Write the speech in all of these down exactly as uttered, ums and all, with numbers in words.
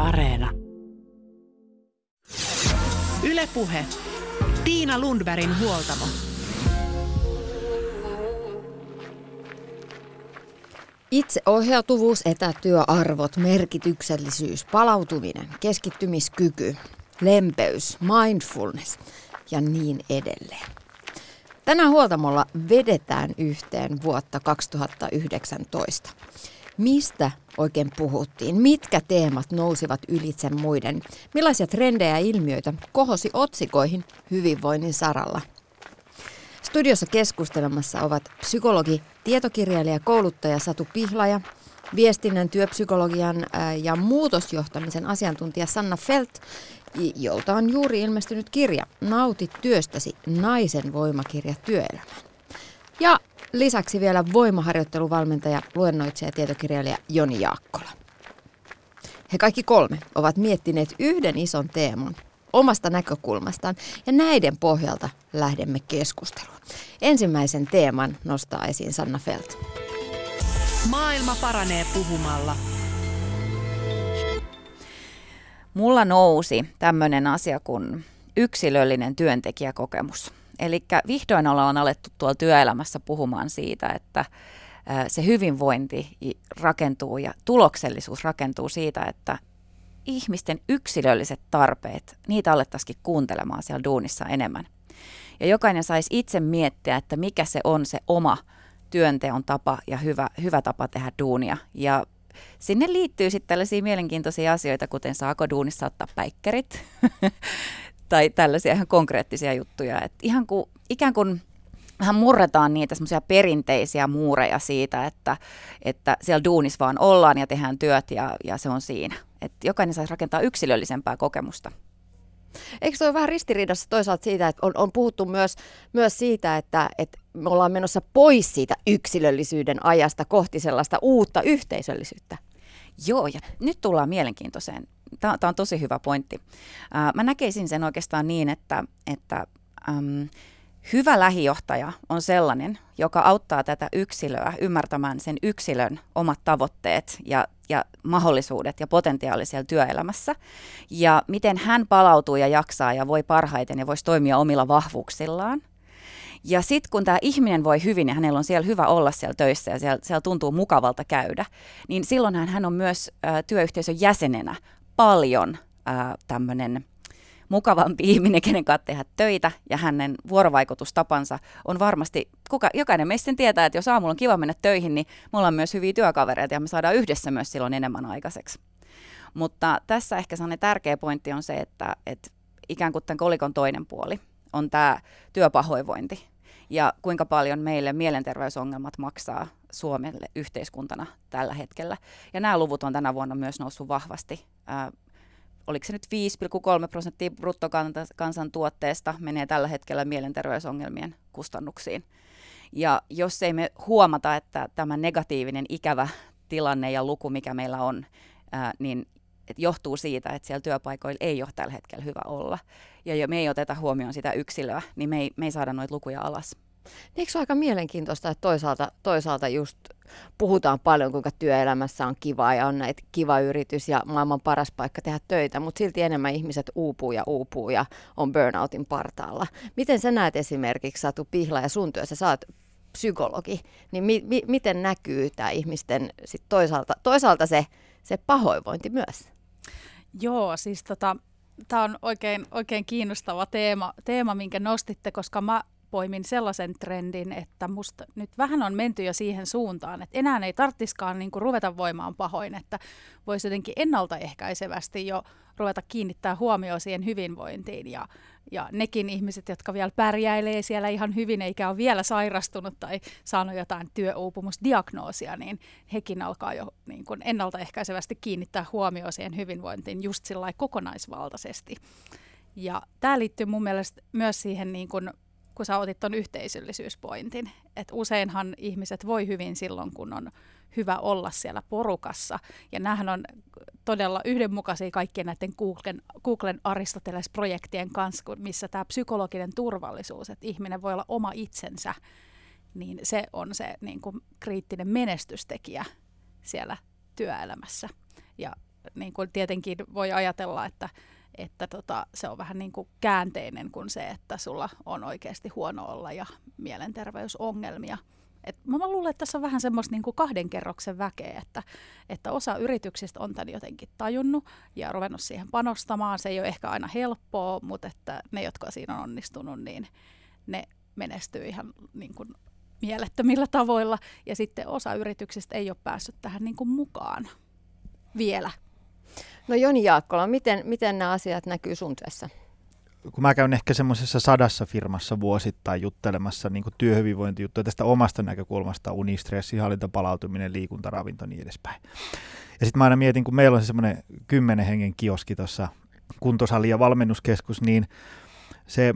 Areena. Yle Puhe. Tiina Lundbergin huoltamo. Itseohjautuvuus, etätyöarvot, merkityksellisyys, palautuminen, keskittymiskyky, lempeys, mindfulness ja niin edelleen. Tänään huoltamolla vedetään yhteen vuotta kaksituhattayhdeksäntoista. Mistä oikein puhuttiin? Mitkä teemat nousivat ylitse muiden? Millaisia trendejä ja ilmiöitä kohosi otsikoihin hyvinvoinnin saralla? Studiossa keskustelemassa ovat psykologi, tietokirjailija ja kouluttaja Satu Pihlaja, viestinnän, työpsykologian ja muutosjohtamisen asiantuntija Sanna Feldt, jolta on juuri ilmestynyt kirja Nauti työstäsi, naisen voimakirja työelämään. Ja lisäksi vielä voimaharjoitteluvalmentaja, luennoitsija ja tietokirjailija Joni Jaakkola. He kaikki kolme ovat miettineet yhden ison teeman omasta näkökulmastaan ja näiden pohjalta lähdemme keskusteluun. Ensimmäisen teeman nostaa esiin Sanna Feldt. Maailma paranee puhumalla. Mulla nousi tämmöinen asia kuin yksilöllinen työntekijäkokemus. Eli vihdoin ollaan alettu tuolla työelämässä puhumaan siitä, että se hyvinvointi rakentuu ja tuloksellisuus rakentuu siitä, että ihmisten yksilölliset tarpeet, niitä alettaisiin kuuntelemaan siellä duunissa enemmän. Ja jokainen saisi itse miettiä, että mikä se on se oma työnteon tapa ja hyvä, hyvä tapa tehdä duunia. Ja sinne liittyy sitten tällaisia mielenkiintoisia asioita, kuten saako duunissa ottaa päikkärit tai tällaisia ihan konkreettisia juttuja. Et ihan kuin, ikään kuin vähän murretaan niitä semmoisia perinteisiä muureja siitä, että, että siellä duunissa vaan ollaan ja tehdään työt ja, ja se on siinä. Et jokainen saisi rakentaa yksilöllisempää kokemusta. Eikö se ole vähän ristiriidassa toisaalta siitä, että on, on puhuttu myös, myös siitä, että, että me ollaan menossa pois siitä yksilöllisyyden ajasta kohti sellaista uutta yhteisöllisyyttä? Joo, ja nyt tullaan mielenkiintoiseen. Tämä, tämä on tosi hyvä pointti. Äh, mä näkisin sen oikeastaan niin, että, että ähm, hyvä lähijohtaja on sellainen, joka auttaa tätä yksilöä ymmärtämään sen yksilön omat tavoitteet ja, ja mahdollisuudet ja potentiaali siellä työelämässä. Ja miten hän palautuu ja jaksaa ja voi parhaiten ja voisi toimia omilla vahvuuksillaan. Ja sitten kun tämä ihminen voi hyvin ja hänellä on siellä hyvä olla siellä töissä ja siellä, siellä tuntuu mukavalta käydä, niin silloinhan hän on myös ä, työyhteisön jäsenenä paljon ä, tämmöinen mukavampi ihminen, kenen kanssa tehdä töitä, ja hänen vuorovaikutustapansa on varmasti, kuka, jokainen meistä sen tietää, että jos aamulla on kiva mennä töihin, niin me ollaan myös hyviä työkavereita ja me saadaan yhdessä myös silloin enemmän aikaiseksi. Mutta tässä ehkä sellainen tärkeä pointti on se, että, että ikään kuin tämän kolikon toinen puoli on tämä työpahoinvointi ja kuinka paljon meille mielenterveysongelmat maksaa Suomelle yhteiskuntana tällä hetkellä. Ja nämä luvut on tänä vuonna myös noussut vahvasti. Ää, oliko se nyt viisi pilkku kolme prosenttia bruttokansantuotteesta menee tällä hetkellä mielenterveysongelmien kustannuksiin. Ja jos ei me huomata, että tämä negatiivinen ikävä tilanne ja luku, mikä meillä on, ää, niin että johtuu siitä, että siellä työpaikoilla ei ole tällä hetkellä hyvä olla. Ja me ei oteta huomioon sitä yksilöä, niin me ei, me ei saada noita lukuja alas. Eikö se ole aika mielenkiintoista, että toisaalta, toisaalta just puhutaan paljon, kuinka työelämässä on kiva ja on näitä kiva yritys ja maailman paras paikka tehdä töitä, mutta silti enemmän ihmiset uupuu ja uupuu ja on burnoutin partaalla. Miten sä näet esimerkiksi, Satu Pihlaja, sun työssä, sä oot psykologi, niin mi- mi- miten näkyy tämä ihmisten sit toisaalta, toisaalta se, se pahoinvointi myös? Joo, siis tota, tämä on oikein, oikein kiinnostava teema, teema, minkä nostitte, koska mä poimin sellaisen trendin, että musta nyt vähän on menty jo siihen suuntaan, että enää ei tarttiskaan niin kuin ruveta voimaan pahoin, että voisi jotenkin ennaltaehkäisevästi jo ruveta kiinnittää huomioon siihen hyvinvointiin. Ja, ja nekin ihmiset, jotka vielä pärjäilee siellä ihan hyvin, eikä ole vielä sairastunut tai saanut jotain työuupumusdiagnoosia, niin hekin alkaa jo niin kuin ennaltaehkäisevästi kiinnittää huomioon siihen hyvinvointiin just sillä lailla kokonaisvaltaisesti. Ja tämä liittyy mun mielestä myös siihen, niin kuin kun sä otit ton yhteisöllisyyspointin, että useinhan ihmiset voi hyvin silloin, kun on hyvä olla siellä porukassa. Ja nämähän on todella yhdenmukaisia kaikkien näiden Googlen, Googlen Aristoteles-projektien kanssa, missä tämä psykologinen turvallisuus, että ihminen voi olla oma itsensä, niin se on se niin kuin kriittinen menestystekijä siellä työelämässä. Ja niin kuin tietenkin voi ajatella, että, että tota, se on vähän niin kuin käänteinen kuin se, että sulla on oikeasti huono olla ja mielenterveysongelmia. Et mä luulen, että tässä on vähän semmoista niin kuin kahden kerroksen väkeä, että, että osa yrityksistä on tämän jotenkin tajunnut ja ruvennut siihen panostamaan. Se ei ole ehkä aina helppoa, mutta että ne, jotka siinä on onnistunut, niin ne menestyy ihan niin kuin mielettömillä tavoilla. Ja sitten osa yrityksistä ei ole päässyt tähän niin kuin mukaan vielä. No Joni Jaakkola, miten, miten nämä asiat näkyy sun työssä? Kun mä käyn ehkä semmoisessa sadassa firmassa vuosittain juttelemassa niin kuin työhyvinvointijuttuja tästä omasta näkökulmasta, uni, stressi, hallinta, palautuminen, liikunta, ravinto ja niin edespäin. Ja sitten mä aina mietin, kun meillä on se semmoinen kymmenen hengen kioski tuossa kuntosali- ja valmennuskeskus, niin se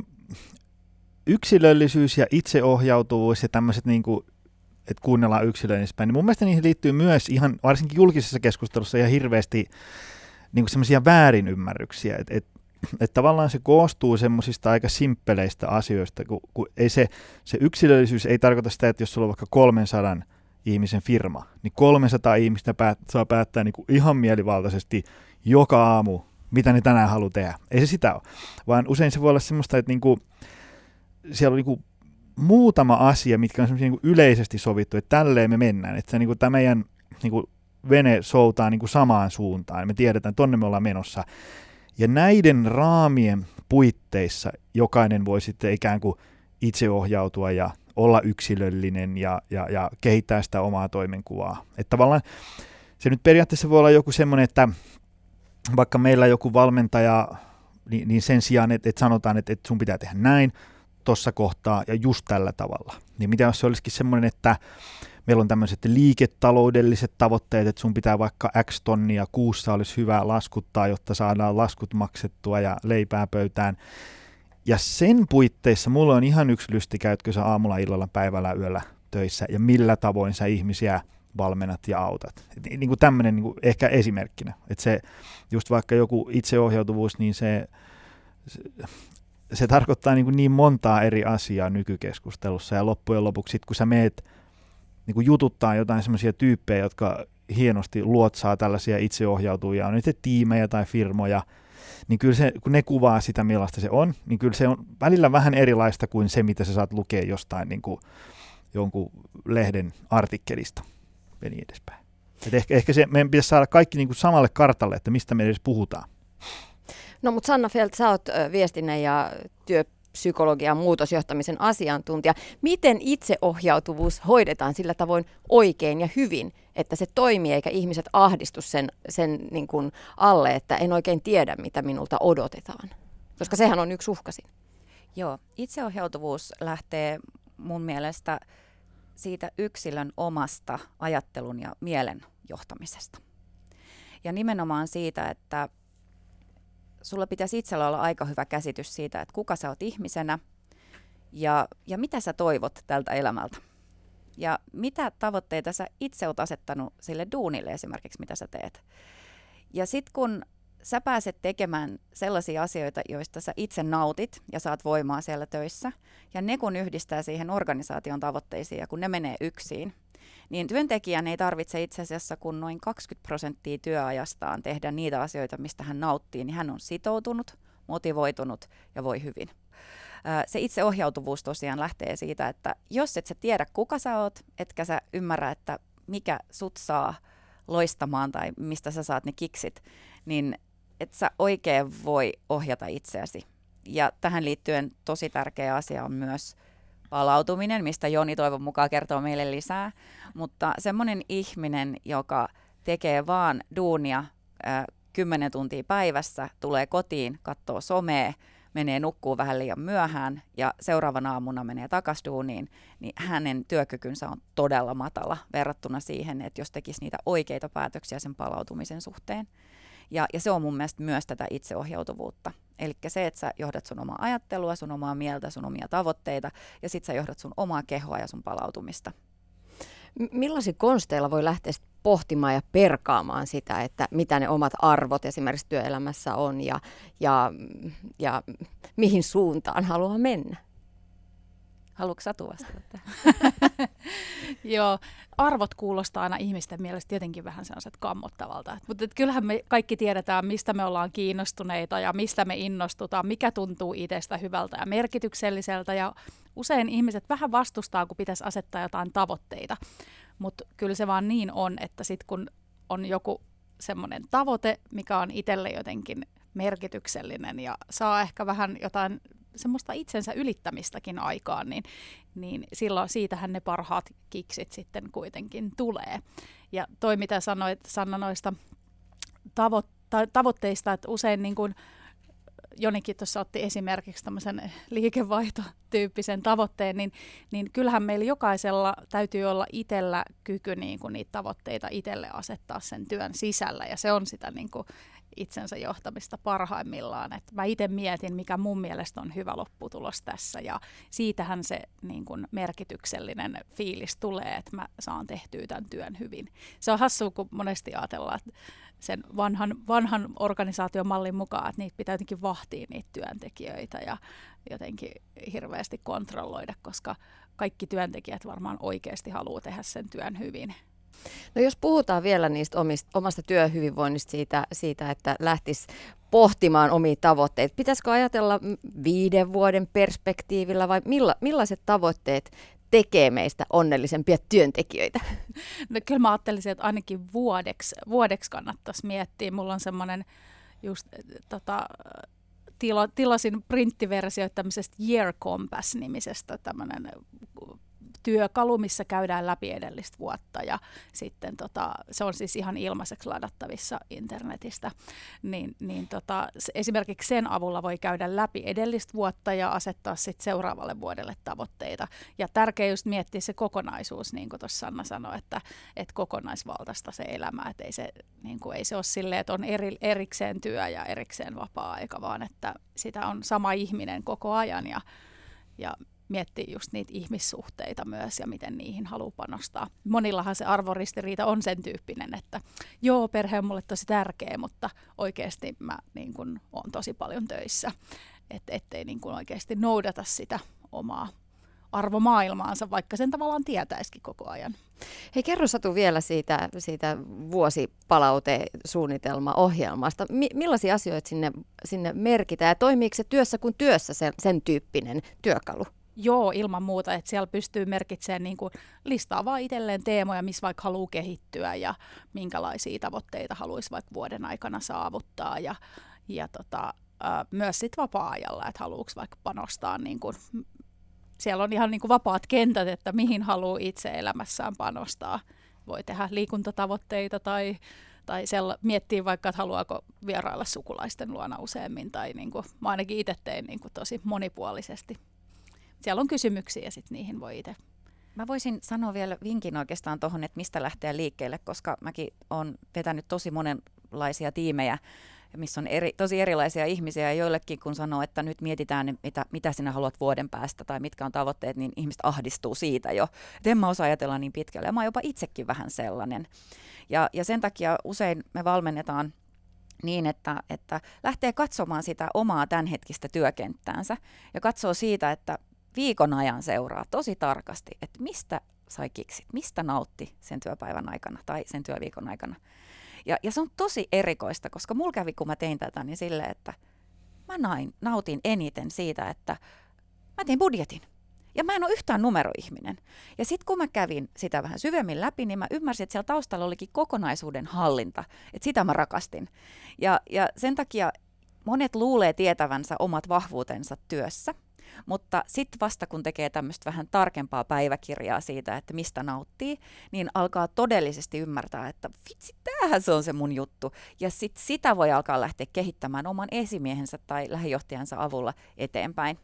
yksilöllisyys ja itseohjautuvuus ja tämmöiset, niin kuin, että kuunnellaan yksilöön edespäin, niin mun mielestä niihin liittyy myös ihan, varsinkin julkisessa keskustelussa ihan hirveästi niin kuin semmoisia väärinymmärryksiä, että et, Että tavallaan se koostuu semmoisista aika simppeleistä asioista, kun, kun ei se, se yksilöllisyys ei tarkoita sitä, että jos sulla on vaikka kolmensadan ihmisen firma, niin kolmesataa ihmistä päät, saa päättää niin kuin ihan mielivaltaisesti joka aamu, mitä ne tänään haluaa tehdä. Ei se sitä ole, vaan usein se voi olla semmoista, että niin kuin, siellä on niin kuin muutama asia, mitkä on semmoisia niin kuin yleisesti sovittu, että tälleen me mennään, että se, niin kuin tämä meidän niin kuin vene soutaa niin kuin samaan suuntaan, me tiedetään, että tonne me ollaan menossa. Ja näiden raamien puitteissa jokainen voi sitten ikään kuin itseohjautua ja olla yksilöllinen ja, ja, ja kehittää sitä omaa toimenkuvaa. Että tavallaan se nyt periaatteessa voi olla joku semmoinen, että vaikka meillä joku valmentaja, niin, niin sen sijaan, että, että sanotaan, että, että sun pitää tehdä näin tuossa kohtaa ja just tällä tavalla. Niin mitä jos se olisikin semmoinen, että meillä on tämmöiset liiketaloudelliset tavoitteet, että sun pitää vaikka X tonnia kuussa olisi hyvä laskuttaa, jotta saadaan laskut maksettua ja leipää pöytään. Ja sen puitteissa mulla on ihan yksi lysti, käytkö sä aamulla, illalla, päivällä, yöllä töissä ja millä tavoin sä ihmisiä valmennat ja autat. Et niin kuin tämmöinen niin kuin ehkä esimerkkinä. Että se just vaikka joku itseohjautuvuus, niin se, se, se tarkoittaa niin, kuin niin montaa eri asiaa nykykeskustelussa ja loppujen lopuksi sit, kun sä meet niin kuin jututtaa jotain semmoisia tyyppejä, jotka hienosti luotsaa tällaisia itseohjautujia, on niitä tiimejä tai firmoja, niin kyllä se, kun ne kuvaa sitä, millaista se on, niin kyllä se on välillä vähän erilaista kuin se, mitä sä saat lukea jostain niin kuin jonkun lehden artikkelista ja niin edespäin. Et ehkä, ehkä se, meidän pitäisi saada kaikki niin kuin samalle kartalle, että mistä me edes puhutaan. No mutta Sanna Felt, sä oot viestinnän ja työpsykologian muutosjohtamisen asiantuntija. Miten itseohjautuvuus hoidetaan sillä tavoin oikein ja hyvin, että se toimii eikä ihmiset ahdistu sen, sen niin kuin alle, että en oikein tiedä, mitä minulta odotetaan? Koska sehän on yksi uhkasin. Joo, itseohjautuvuus lähtee mun mielestä siitä yksilön omasta ajattelun ja mielen johtamisesta. Ja nimenomaan siitä, että sulla pitäisi itsellä olla aika hyvä käsitys siitä, että kuka sä oot ihmisenä ja, ja mitä sä toivot tältä elämältä. Ja mitä tavoitteita sä itse oot asettanut sille duunille esimerkiksi, mitä sä teet. Ja sit kun sä pääset tekemään sellaisia asioita, joista sä itse nautit ja saat voimaa siellä töissä, ja ne kun yhdistää siihen organisaation tavoitteisiin ja kun ne menee yksin, niin työntekijän ei tarvitse itse asiassa kun noin kaksikymmentä prosenttia työajastaan tehdä niitä asioita, mistä hän nauttii, niin hän on sitoutunut, motivoitunut ja voi hyvin. Se itseohjautuvuus tosiaan lähtee siitä, että jos et sä tiedä kuka sä oot, etkä sä ymmärrä, että mikä sut saa loistamaan tai mistä sä saat ne kiksit, niin et sä oikein voi ohjata itseäsi. Ja tähän liittyen tosi tärkeä asia on myös palautuminen, mistä Joni toivon mukaan kertoo meille lisää. Mutta semmoinen ihminen, joka tekee vaan duunia kymmenen tuntia päivässä, tulee kotiin, katsoo somea, menee nukkuu vähän liian myöhään ja seuraavana aamuna menee takas duuniin, niin hänen työkykynsä on todella matala verrattuna siihen, että jos tekisi niitä oikeita päätöksiä sen palautumisen suhteen. Ja, ja se on mun mielestä myös tätä itseohjautuvuutta. Eli se, että sä johdat sun omaa ajattelua, sun omaa mieltä, sun omia tavoitteita ja sit sä johdat sun omaa kehoa ja sun palautumista. Millaisia konsteilla voi lähteä pohtimaan ja perkaamaan sitä, että mitä ne omat arvot esimerkiksi työelämässä on ja, ja, ja mihin suuntaan haluaa mennä? Haluatko Satu vastata tähän? Joo, arvot kuulostaa aina ihmisten mielestä tietenkin vähän sellaiset kammottavalta. Mutta et kyllähän me kaikki tiedetään, mistä me ollaan kiinnostuneita ja mistä me innostutaan, mikä tuntuu itsestä hyvältä ja merkitykselliseltä. Ja usein ihmiset vähän vastustaa, kun pitäisi asettaa jotain tavoitteita. Mutta kyllä se vaan niin on, että sitten kun on joku semmoinen tavoite, mikä on itselle jotenkin merkityksellinen ja saa ehkä vähän jotain semmoista itsensä ylittämistäkin aikaan, niin, niin silloin siitähän ne parhaat kiksit sitten kuitenkin tulee. Ja toi, mitä sanoit Sanna noista tavo- tavoitteista, että usein niin kuin Jonikin tuossa otti esimerkiksi tämmöisen liikevaihtotyyppisen tavoitteen, niin, niin kyllähän meillä jokaisella täytyy olla itsellä kyky niin kuin niitä tavoitteita itselle asettaa sen työn sisällä, ja se on sitä niin kuin itsensä johtamista parhaimmillaan. Et mä itse mietin, mikä mun mielestä on hyvä lopputulos tässä, ja siitähän se niin kuin merkityksellinen fiilis tulee, että mä saan tehtyä tämän työn hyvin. Se on hassua, kun monesti ajatellaan, että sen vanhan, vanhan organisaatiomallin mukaan, että niitä pitää jotenkin vahtia niitä työntekijöitä ja jotenkin hirveästi kontrolloida, koska kaikki työntekijät varmaan oikeasti haluaa tehdä sen työn hyvin. No jos puhutaan vielä niistä omista, omasta työhyvinvoinnista, siitä, siitä, että lähtisi pohtimaan omia tavoitteita. Pitäisikö ajatella viiden vuoden perspektiivillä vai milla, millaiset tavoitteet tekee meistä onnellisempia työntekijöitä? No kyllä mä ajattelisin, että ainakin vuodeksi, vuodeksi kannattaisi miettiä. Mulla on semmoinen just tota, tila, tilasin printtiversio tämmöisestä Year Compass-nimisestä tämmöinen työkalu, missä käydään läpi edellistä vuotta, ja sitten tota, se on siis ihan ilmaiseksi ladattavissa internetistä, niin, niin tota, esimerkiksi sen avulla voi käydä läpi edellistä vuotta ja asettaa sitten seuraavalle vuodelle tavoitteita. Ja tärkeää just miettiä se kokonaisuus, niin kuin tuossa Sanna sanoi, että, että kokonaisvaltaista se elämä, että ei se, niin kuin, ei se ole silleen, että on eri, erikseen työ ja erikseen vapaa-aika, vaan että sitä on sama ihminen koko ajan, ja, ja miettiä just niitä ihmissuhteita myös ja miten niihin haluaa panostaa. Monillahan se arvoristiriita on sen tyyppinen, että joo, perhe on mulle tosi tärkeä, mutta oikeasti mä niin kun oon tosi paljon töissä, Et, ettei niin kun oikeasti noudata sitä omaa arvomaailmaansa, vaikka sen tavallaan tietäisikin koko ajan. Hei, kerro Satu vielä siitä, siitä vuosipalautesuunnitelmaohjelmasta. Mi- millaisia asioita sinne, sinne merkitään ja toimiiko se työssä kuin työssä sen, sen tyyppinen työkalu? Joo, ilman muuta, että siellä pystyy merkitsemään niin kuin listaa vaan itselleen teemoja, missä vaikka haluaa kehittyä ja minkälaisia tavoitteita haluaisi vaikka vuoden aikana saavuttaa, ja, ja tota, ä, myös sit vapaa-ajalla, että haluaisi vaikka panostaa, niin kuin, siellä on ihan niin kuin vapaat kentät, että mihin haluaa itse elämässään panostaa. Voi tehdä liikuntatavoitteita tai Tai sella, miettii vaikka, että haluaako vierailla sukulaisten luona useammin, tai niin kuin, mä ainakin itse tein niin kuin tosi monipuolisesti. Siellä on kysymyksiä ja sitten niihin voi itse. Mä voisin sanoa vielä vinkin oikeastaan tuohon, että mistä lähteä liikkeelle, koska mäkin olen vetänyt tosi monenlaisia tiimejä, missä on eri, tosi erilaisia ihmisiä, ja joillekin kun sanoo, että nyt mietitään, mitä, mitä sinä haluat vuoden päästä tai mitkä on tavoitteet, niin ihmiset ahdistuu siitä jo. Et en mä osaa ajatella niin pitkälle, ja mä oon jopa itsekin vähän sellainen. Ja, ja sen takia usein me valmennetaan niin, että, että lähtee katsomaan sitä omaa tämänhetkistä työkenttäänsä ja katsoo siitä, että viikon ajan seuraa tosi tarkasti, että mistä sai kiksit, mistä nautti sen työpäivän aikana tai sen työviikon aikana. Ja, ja se on tosi erikoista, koska mulla kävi, kun mä tein tätä, niin silleen, että mä nain, nautin eniten siitä, että mä tein budjetin. Ja mä en ole yhtään numeroihminen. Ja sitten kun mä kävin sitä vähän syvemmin läpi, niin mä ymmärsin, että siellä taustalla olikin kokonaisuuden hallinta. Että sitä mä rakastin. Ja, ja sen takia monet luulee tietävänsä omat vahvuutensa työssä. Mutta sitten vasta kun tekee tämmöistä vähän tarkempaa päiväkirjaa siitä, että mistä nauttii, niin alkaa todellisesti ymmärtää, että vitsi, tämähän se on se mun juttu. Ja sitten sitä voi alkaa lähteä kehittämään oman esimiehensä tai lähijohtajansa avulla eteenpäin.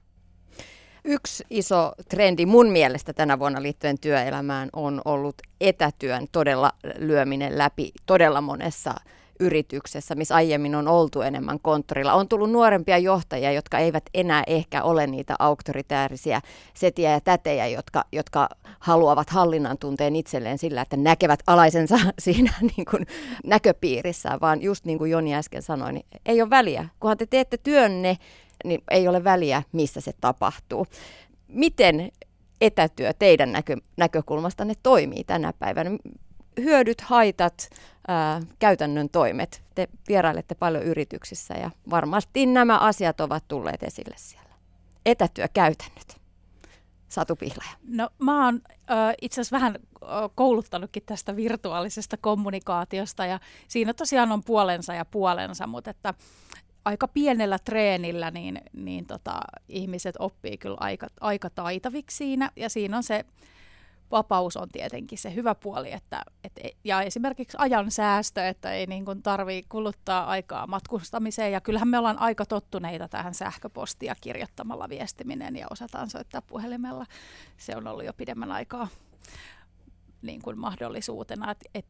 Yksi iso trendi mun mielestä tänä vuonna liittyen työelämään on ollut etätyön todella lyöminen läpi todella monessa yrityksessä, missä aiemmin on oltu enemmän konttorilla. On tullut nuorempia johtajia, jotka eivät enää ehkä ole niitä auktoritäärisiä setiä ja tätejä, jotka, jotka haluavat hallinnan tunteen itselleen sillä, että näkevät alaisensa siinä niin kuin näköpiirissään, vaan just niin kuin Joni äsken sanoi, niin ei ole väliä. Kunhan te teette työnne, niin ei ole väliä, missä se tapahtuu. Miten etätyö teidän näkö, näkökulmastanne toimii tänä päivänä? Hyödyt, haitat, ää, käytännön toimet. Te vierailette paljon yrityksissä ja varmasti nämä asiat ovat tulleet esille siellä. Etätyökäytännöt. Satu Pihlaja. No mä oon äh, itse asiassa vähän äh, kouluttanutkin tästä virtuaalisesta kommunikaatiosta ja siinä tosiaan on puolensa ja puolensa, mutta että aika pienellä treenillä niin, niin tota, ihmiset oppii kyllä aika, aika taitaviksi siinä ja siinä on se vapaus on tietenkin se hyvä puoli, että, et, ja esimerkiksi ajan säästö, että ei niin kuin tarvitse kuluttaa aikaa matkustamiseen. Ja kyllähän me ollaan aika tottuneita tähän sähköpostia kirjoittamalla viestiminen ja osataan soittaa puhelimella. Se on ollut jo pidemmän aikaa niin kuin mahdollisuutena. Et, et,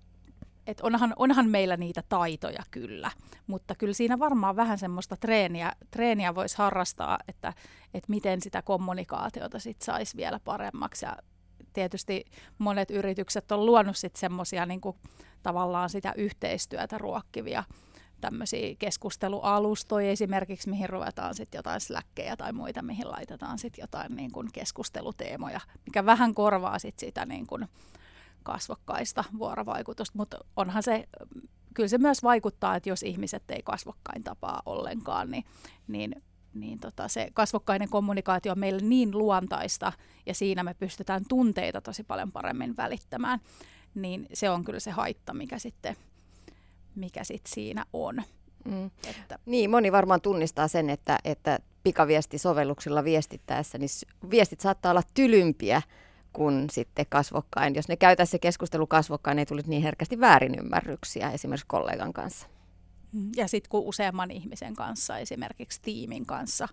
et onhan, onhan meillä niitä taitoja kyllä, mutta kyllä siinä varmaan vähän semmoista treeniä, treeniä voisi harrastaa, että, että miten sitä kommunikaatiota sit saisi vielä paremmaksi. Ja tietysti monet yritykset on luonut sitten semmoisia niinku tavallaan sitä yhteistyötä ruokkivia tämmöisiä keskustelualustoja esimerkiksi, mihin ruvetaan sitten jotain Slackeja tai muita, mihin laitetaan sitten jotain niin kuin keskusteluteemoja, mikä vähän korvaa sitten sitä niin kuin kasvokkaista vuorovaikutusta, mutta onhan se, kyllä se myös vaikuttaa, että jos ihmiset ei kasvokkain tapaa ollenkaan, niin, niin niin tota, se kasvokkainen kommunikaatio on meille niin luontaista ja siinä me pystytään tunteita tosi paljon paremmin välittämään, niin se on kyllä se haitta, mikä sitten mikä sit siinä on. Mm. Että Niin, moni varmaan tunnistaa sen, että, että pikaviestisovelluksilla viestittäessä, niin viestit saattaa olla tylympiä kuin sitten kasvokkain. Jos ne käytäisiin se keskustelu kasvokkain, ei tulisi niin herkästi väärinymmärryksiä esimerkiksi kollegan kanssa. Ja sitten kun useamman ihmisen kanssa, esimerkiksi tiimin kanssa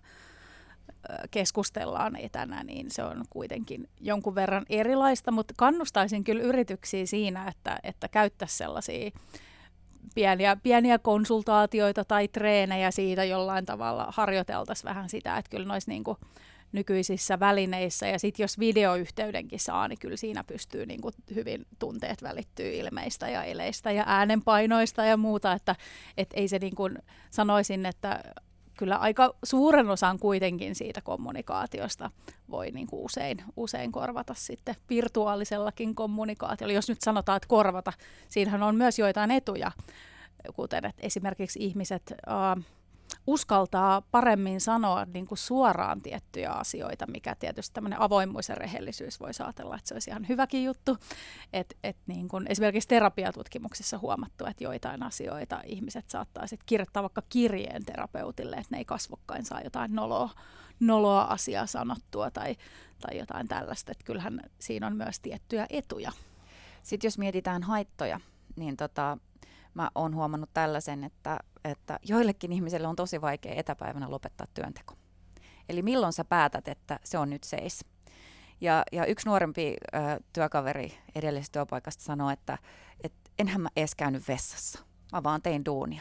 keskustellaan etänä, niin se on kuitenkin jonkun verran erilaista, mutta kannustaisin kyllä yrityksiä siinä, että, että käyttäisi sellaisia pieniä, pieniä konsultaatioita tai treenejä siitä jollain tavalla, harjoiteltaisiin vähän sitä, että kyllä noissa niinku nykyisissä välineissä ja sitten jos videoyhteydenkin saa, niin kyllä siinä pystyy niin kuin hyvin tunteet välittyy ilmeistä ja eleistä ja äänenpainoista ja muuta, että et ei se niin kuin sanoisin, että kyllä aika suuren osan kuitenkin siitä kommunikaatiosta voi niin kuin usein, usein korvata sitten virtuaalisellakin kommunikaatiolla. Jos nyt sanotaan, että korvata, siinähän on myös joitain etuja, kuten että esimerkiksi ihmiset Uh, uskaltaa paremmin sanoa niin kuin suoraan tiettyjä asioita, mikä tietysti tämmöinen avoimuus ja rehellisyys voisi ajatella, että se olisi ihan hyväkin juttu. Et, et niin kuin esimerkiksi terapiatutkimuksissa huomattu, että joitain asioita ihmiset saattaa sitten kirjoittaa vaikka kirjeen terapeutille, että ne ei kasvokkain saa jotain noloa, noloa asiaa sanottua tai, tai jotain tällaista. Että kyllähän siinä on myös tiettyjä etuja. Sitten jos mietitään haittoja, niin tota, mä oon huomannut tällaisen, että, että joillekin ihmisille on tosi vaikea etäpäivänä lopettaa työnteko. Eli milloin sä päätät, että se on nyt seis. Ja, ja yksi nuorempi ö, työkaveri edellisestä työpaikasta sanoi, että et enhän mä edes käynyt vessassa, mä vaan tein duunia.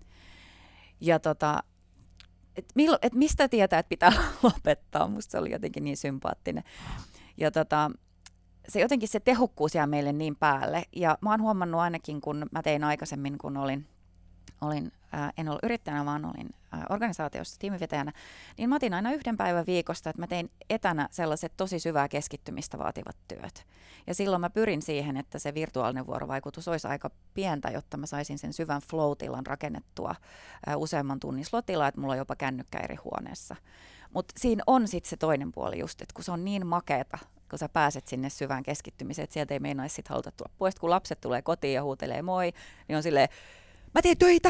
Ja tota, et millo, et mistä tietää, että pitää lopettaa, musta se oli jotenkin niin sympaattinen. Ja tota, se jotenkin se tehokkuus jää meille niin päälle. Ja mä oon huomannut ainakin, kun mä tein aikaisemmin, kun olin, olin ää, en ollut yrittäjänä, vaan olin ää, organisaatiossa tiimivetäjänä, niin mä otin aina yhden päivän viikosta, että mä tein etänä sellaiset tosi syvää keskittymistä vaativat työt. Ja silloin mä pyrin siihen, että se virtuaalinen vuorovaikutus olisi aika pientä, jotta mä saisin sen syvän flow-tilan rakennettua ää, useamman tunnin slotilla, että mulla on jopa kännykkä eri huoneessa. Mutta siinä on sitten se toinen puoli just, että kun se on niin makeata, kun sä pääset sinne syvään keskittymiseen, että sieltä ei meinaisi sit haluta tulla pois. Kun lapset tulee kotiin ja huutelee moi, niin on silleen, mä teen töitä!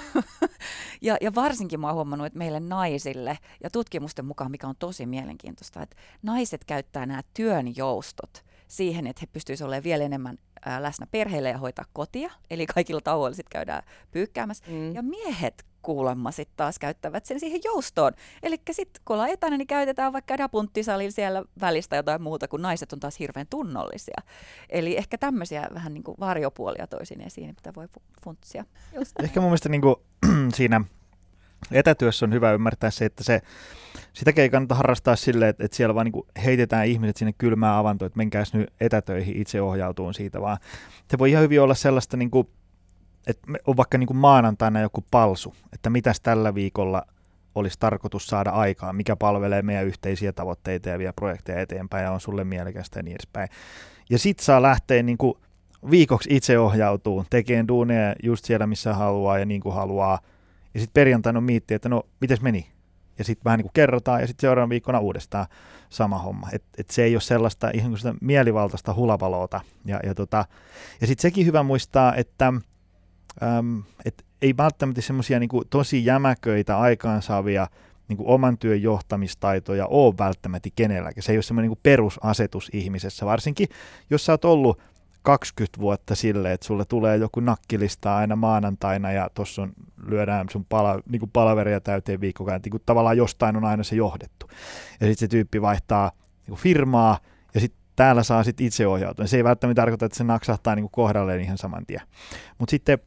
ja, ja varsinkin mä oon huomannut, että meille naisille, ja tutkimusten mukaan, mikä on tosi mielenkiintoista, että naiset käyttää nämä työn joustot siihen, että he pystyisivät olemaan vielä enemmän ää, läsnä perheille ja hoitaa kotia. Eli kaikilla tauoilla sitten käydään pyykkäämässä. Mm. Ja miehet kuulemma sitten taas käyttävät sen siihen joustoon. Eli sitten kun ollaan etänä, niin käytetään vaikka käydään punttisalilla siellä välistä jotain muuta, kun naiset on taas hirveän tunnollisia. Eli ehkä tämmöisiä vähän niin kuin varjopuolia toisin esiin, mitä voi funtsia. Just. Ehkä mun mielestä niin kuin, siinä etätyössä on hyvä ymmärtää se, että se, sitäkin ei kannata harrastaa silleen, että, että siellä vaan niin kuin heitetään ihmiset sinne kylmään avantoon, että menkääs nyt etätöihin itse ohjautuun siitä, vaan se voi ihan hyvin olla sellaista, niin kuin, että on vaikka niin kuin maanantaina joku palsu, että mitäs tällä viikolla olisi tarkoitus saada aikaan, mikä palvelee meidän yhteisiä tavoitteita ja vie projekteja eteenpäin ja on sulle mielekästä ja niin edespäin. Ja sit saa lähteä niin kuin viikoksi itse ohjautuu, tekemään duuneja just siellä, missä haluaa ja niin kuin haluaa. Ja sitten perjantaina on miitti, että no, mites meni? Ja sitten vähän niin kuin kerrotaan ja sitten seuraavan viikkona uudestaan sama homma. Et, et se ei ole sellaista ihan kuin sitä mielivaltaista hulapaloota. Ja, ja, tota, ja sitten sekin hyvä muistaa, että äm, et ei välttämättä semmoisia niin kuin tosi jämäköitä aikaansaavia niin kuin oman työn johtamistaitoja ole välttämättä kenelläkin. Se ei ole semmoinen niin kuin perusasetus ihmisessä, varsinkin jos sä oot ollut kaksikymmentä vuotta silleen, että sulle tulee joku nakkilista aina maanantaina ja tuossa on, lyödään sun pala, niin kuin palaveria täyteen viikkokaan, niin kuin tavallaan jostain on aina se johdettu. Ja sitten se tyyppi vaihtaa niin kuin firmaa ja sitten täällä saa sitten itse ohjautua. Se ei välttämättä tarkoita, että se naksahtaa niin kuin kohdalleen ihan saman tien. Mutta sitten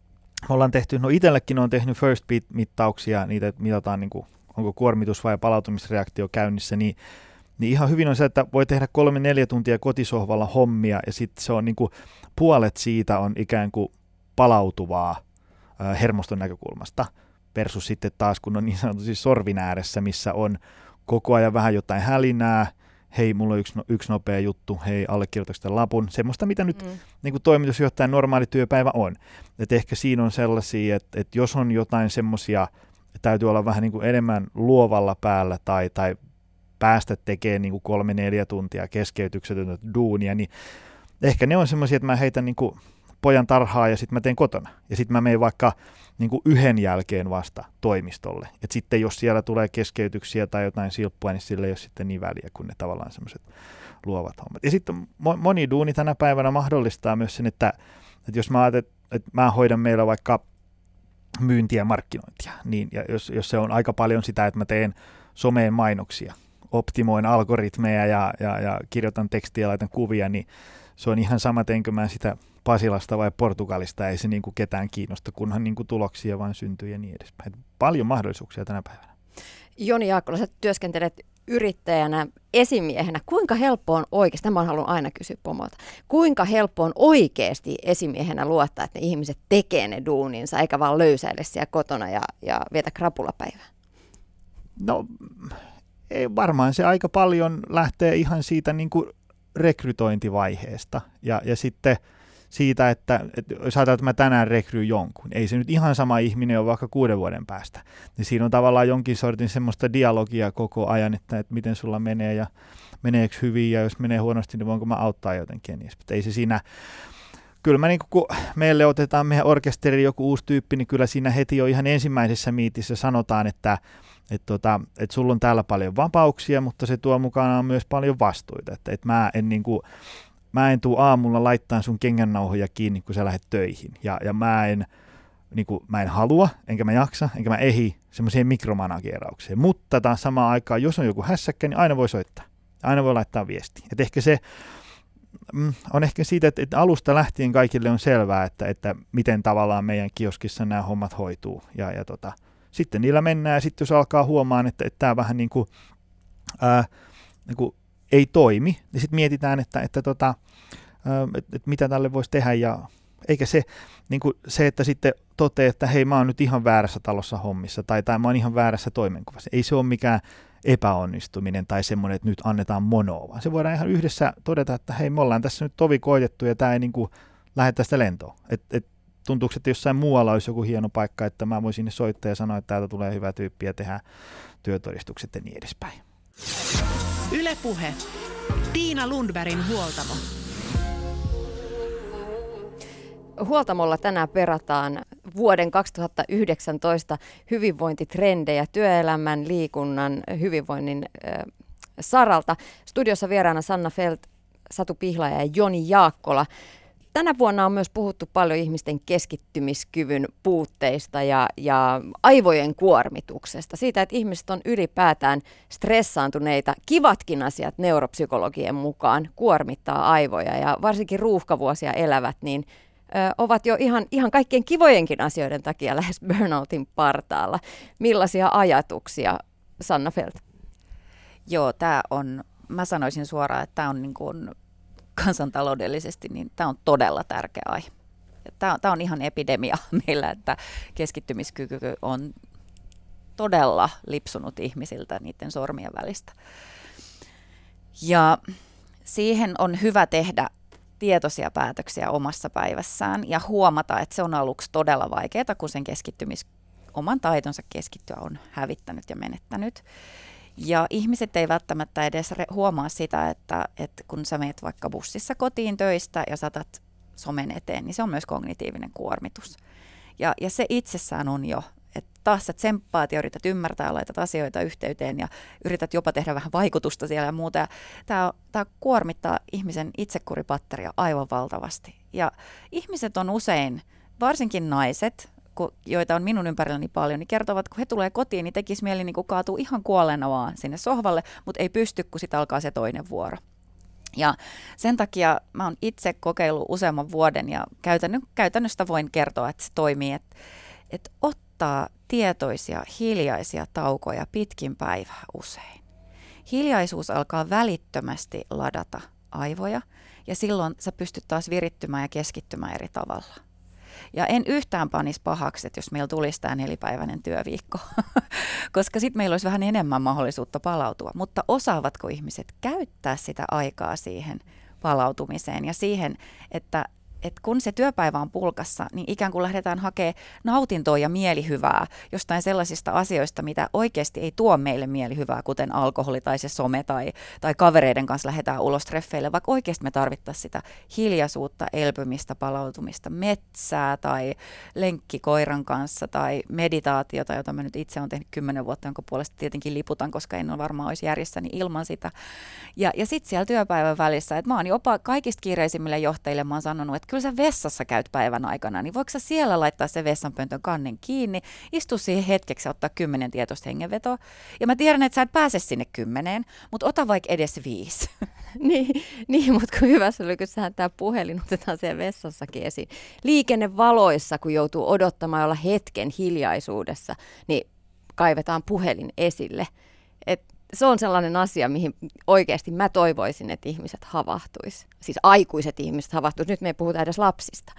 me ollaan tehty, no itsellekin on tehnyt first beat-mittauksia, niitä mitataan niin kuin, onko kuormitus vai palautumisreaktio käynnissä, niin Niin ihan hyvin on se, että voi tehdä kolme neljä tuntia kotisohvalla hommia ja sitten se on niin kuin, puolet siitä on ikään kuin palautuvaa ä, hermoston näkökulmasta versus sitten taas kun on niin sanotusti sorvin ääressä, missä on koko ajan vähän jotain hälinää, hei mulla on yksi, yksi nopea juttu, hei allekirjoitatko tämän lapun, semmoista mitä nyt mm. niin kuin toimitusjohtajan normaali työpäivä on. Et ehkä siinä on sellaisia, että, että jos on jotain semmoisia, täytyy olla vähän niin kuin enemmän luovalla päällä tai, tai päästä tekemään niin kuin kolme neljä tuntia keskeytyksetöntä duunia, niin ehkä ne on semmoisia, että mä heitän niin kuin pojan tarhaa ja sitten mä teen kotona. Ja sitten mä menen vaikka niin kuin yhden jälkeen vasta toimistolle. Et sitten jos siellä tulee keskeytyksiä tai jotain silppua, niin sillä ei ole sitten niin väliä kuin ne tavallaan semmoiset luovat hommat. Ja sitten moni duuni tänä päivänä mahdollistaa myös sen, että, että jos mä ajattelen, että mä hoidan meillä vaikka myyntiä ja markkinointia, niin ja jos, jos se on aika paljon sitä, että mä teen someen mainoksia, optimoin algoritmeja ja, ja, ja kirjoitan tekstiä ja laitan kuvia, niin se on ihan sama, teinkö mä sitä Pasilasta vai Portugalista, ei se niin kuin ketään kiinnosta, kunhan niin kuin tuloksia vaan syntyy ja niin edespäin. Paljon mahdollisuuksia tänä päivänä. Joni Jaakkola, sä työskentelet yrittäjänä, esimiehenä. Kuinka helppo on oikeasti, tämä on halunnut aina kysyä pomolta, kuinka helppo on oikeasti esimiehenä luottaa, että ne ihmiset tekee ne duuninsa, eikä vaan löysäile siellä kotona ja, ja vietä krapulapäivää? No ei, varmaan se aika paljon lähtee ihan siitä niin kuin rekrytointivaiheesta ja, ja sitten siitä, että, että jos ajatellaan, että mä tänään rekryyn jonkun, ei se nyt ihan sama ihminen ole vaikka kuuden vuoden päästä, niin siinä on tavallaan jonkin sortin semmoista dialogia koko ajan, että, että miten sulla menee ja meneekö hyvin ja jos menee huonosti, niin voinko mä auttaa jotenkin. Niin ei se siinä, kyllä mä niin kun meille otetaan meidän orkesteriin joku uusi tyyppi, niin kyllä siinä heti jo ihan ensimmäisessä miitissä sanotaan, että Että tota, et sulla on täällä paljon vapauksia, mutta se tuo mukanaan myös paljon vastuita. Että et mä en niinku, mä en tuu aamulla laittaa sun kengännauhoja kiinni, kun sä lähdet töihin. Ja, ja mä, en, niinku, mä en halua, enkä mä jaksa, enkä mä ehi semmoiseen mikromanageraukseen. Mutta taas samaan aikaan, jos on joku hässäkkä, niin aina voi soittaa. Aina voi laittaa viestiä. Et ehkä se mm, on ehkä siitä, että, että alusta lähtien kaikille on selvää, että, että miten tavallaan meidän kioskissa nämä hommat hoituu. Ja, ja tota, sitten niillä mennään ja sitten jos alkaa huomaan, että, että tämä vähän niin kuin, ää, niin kuin ei toimi, niin sitten mietitään, että, että, tota, ää, että, että mitä tälle voisi tehdä. Ja eikä se, niin kuin se, että sitten toteaa, että hei mä oon nyt ihan väärässä talossa hommissa tai, tai mä oon ihan väärässä toimenkuvassa. Ei se ole mikään epäonnistuminen tai semmoinen, että nyt annetaan monoa, vaan se voidaan ihan yhdessä todeta, että hei me ollaan tässä nyt tovi koitettu ja tämä ei niin kuin lähde tästä lentoon. Et, et, tuntuuko, että jossain muualla olisi joku hieno paikka, että mä voisin sinne soittaa ja sanoa, että täältä tulee hyvä tyyppi ja tehdä työtodistukset ja niin edespäin. Yle Puhe. Tiina Lundbergin huoltamo. Huoltamolla tänään perataan vuoden kaksituhattayhdeksäntoista hyvinvointitrendejä työelämän, liikunnan, hyvinvoinnin äh, saralta. Studiossa vieraana Sanna Felt, Satu Pihlaja ja Joni Jaakkola. Tänä vuonna on myös puhuttu paljon ihmisten keskittymiskyvyn puutteista ja, ja aivojen kuormituksesta. Siitä, että ihmiset on ylipäätään stressaantuneita. Kivatkin asiat neuropsykologien mukaan kuormittaa aivoja ja varsinkin ruuhkavuosia elävät, niin ö, ovat jo ihan, ihan kaikkien kivojenkin asioiden takia lähes burnoutin partaalla. Millaisia ajatuksia, Sanna Felt? Joo, tämä on, mä sanoisin suoraan, että tämä on niin kuin kansantaloudellisesti, niin tämä on todella tärkeä aihe. Tämä on, tämä on ihan epidemia meillä, että keskittymiskyky on todella lipsunut ihmisiltä niiden sormien välistä. Ja siihen on hyvä tehdä tietoisia päätöksiä omassa päivässään ja huomata, että se on aluksi todella vaikeaa, kun sen keskittymis, oman taitonsa keskittyä on hävittänyt ja menettänyt. Ja ihmiset ei välttämättä edes huomaa sitä, että, että kun sä meet vaikka bussissa kotiin töistä ja saatat somen eteen, niin se on myös kognitiivinen kuormitus. Ja, ja se itsessään on jo, että taas sä tsemppaat ja yrität ymmärtää ja laitat asioita yhteyteen ja yrität jopa tehdä vähän vaikutusta siellä ja muuta. Tämä, tämä kuormittaa ihmisen itsekuripatteria aivan valtavasti. Ja ihmiset on usein, varsinkin naiset, joita on minun ympärilläni paljon, niin kertovat, kun he tulee kotiin, niin tekisi mieli niin kuin kaatuu ihan kuolleena vaan sinne sohvalle, mutta ei pysty, kun sitten alkaa se toinen vuoro. Ja sen takia mä oon itse kokeillut useamman vuoden ja käytännöstä voin kertoa, että se toimii, että, että ottaa tietoisia, hiljaisia taukoja pitkin päivää usein. Hiljaisuus alkaa välittömästi ladata aivoja ja silloin sä pystyt taas virittymään ja keskittymään eri tavalla. Ja en yhtään panisi pahaksi, että jos meillä tulisi tämä nelipäiväinen työviikko, koska sitten meillä olisi vähän enemmän mahdollisuutta palautua. Mutta osaavatko ihmiset käyttää sitä aikaa siihen palautumiseen ja siihen, että, että kun se työpäivä on pulkassa, niin ikään kuin lähdetään hakemaan nautintoa ja mielihyvää jostain sellaisista asioista, mitä oikeasti ei tuo meille mielihyvää, kuten alkoholi tai se some tai, tai kavereiden kanssa lähdetään ulos treffeille, vaikka oikeasti me tarvittaisiin sitä hiljaisuutta, elpymistä, palautumista, metsää tai lenkki koiran kanssa tai meditaatiota, jota mä nyt itse olen tehnyt kymmenen vuotta, jonka puolesta tietenkin liputan, koska en ole varmaan olisi järjessäni ilman sitä. Ja, ja sitten siellä työpäivän välissä, että mä oon jopa kaikista kiireisimmille johtajille, mä oon sanonut, että kyllä sä vessassa käyt päivän aikana, niin voiko sä siellä laittaa se vessanpöntön kannen kiinni, istu siihen hetkeksi ja ottaa kymmenen tietoista hengenvetoa. Ja mä tiedän, että sä et pääse sinne kymmeneen, mutta ota vaikka edes viisi. niin, niin, mutta kun hyvässä lykyssähän tämä puhelin otetaan siellä vessassakin esiin. Liikennevaloissa, kun joutuu odottamaan olla hetken hiljaisuudessa, niin kaivetaan puhelin esille. Et se on sellainen asia, mihin oikeasti mä toivoisin, että ihmiset havahtuisi. Siis aikuiset ihmiset havahtuisi. Nyt me ei puhuta edes lapsista.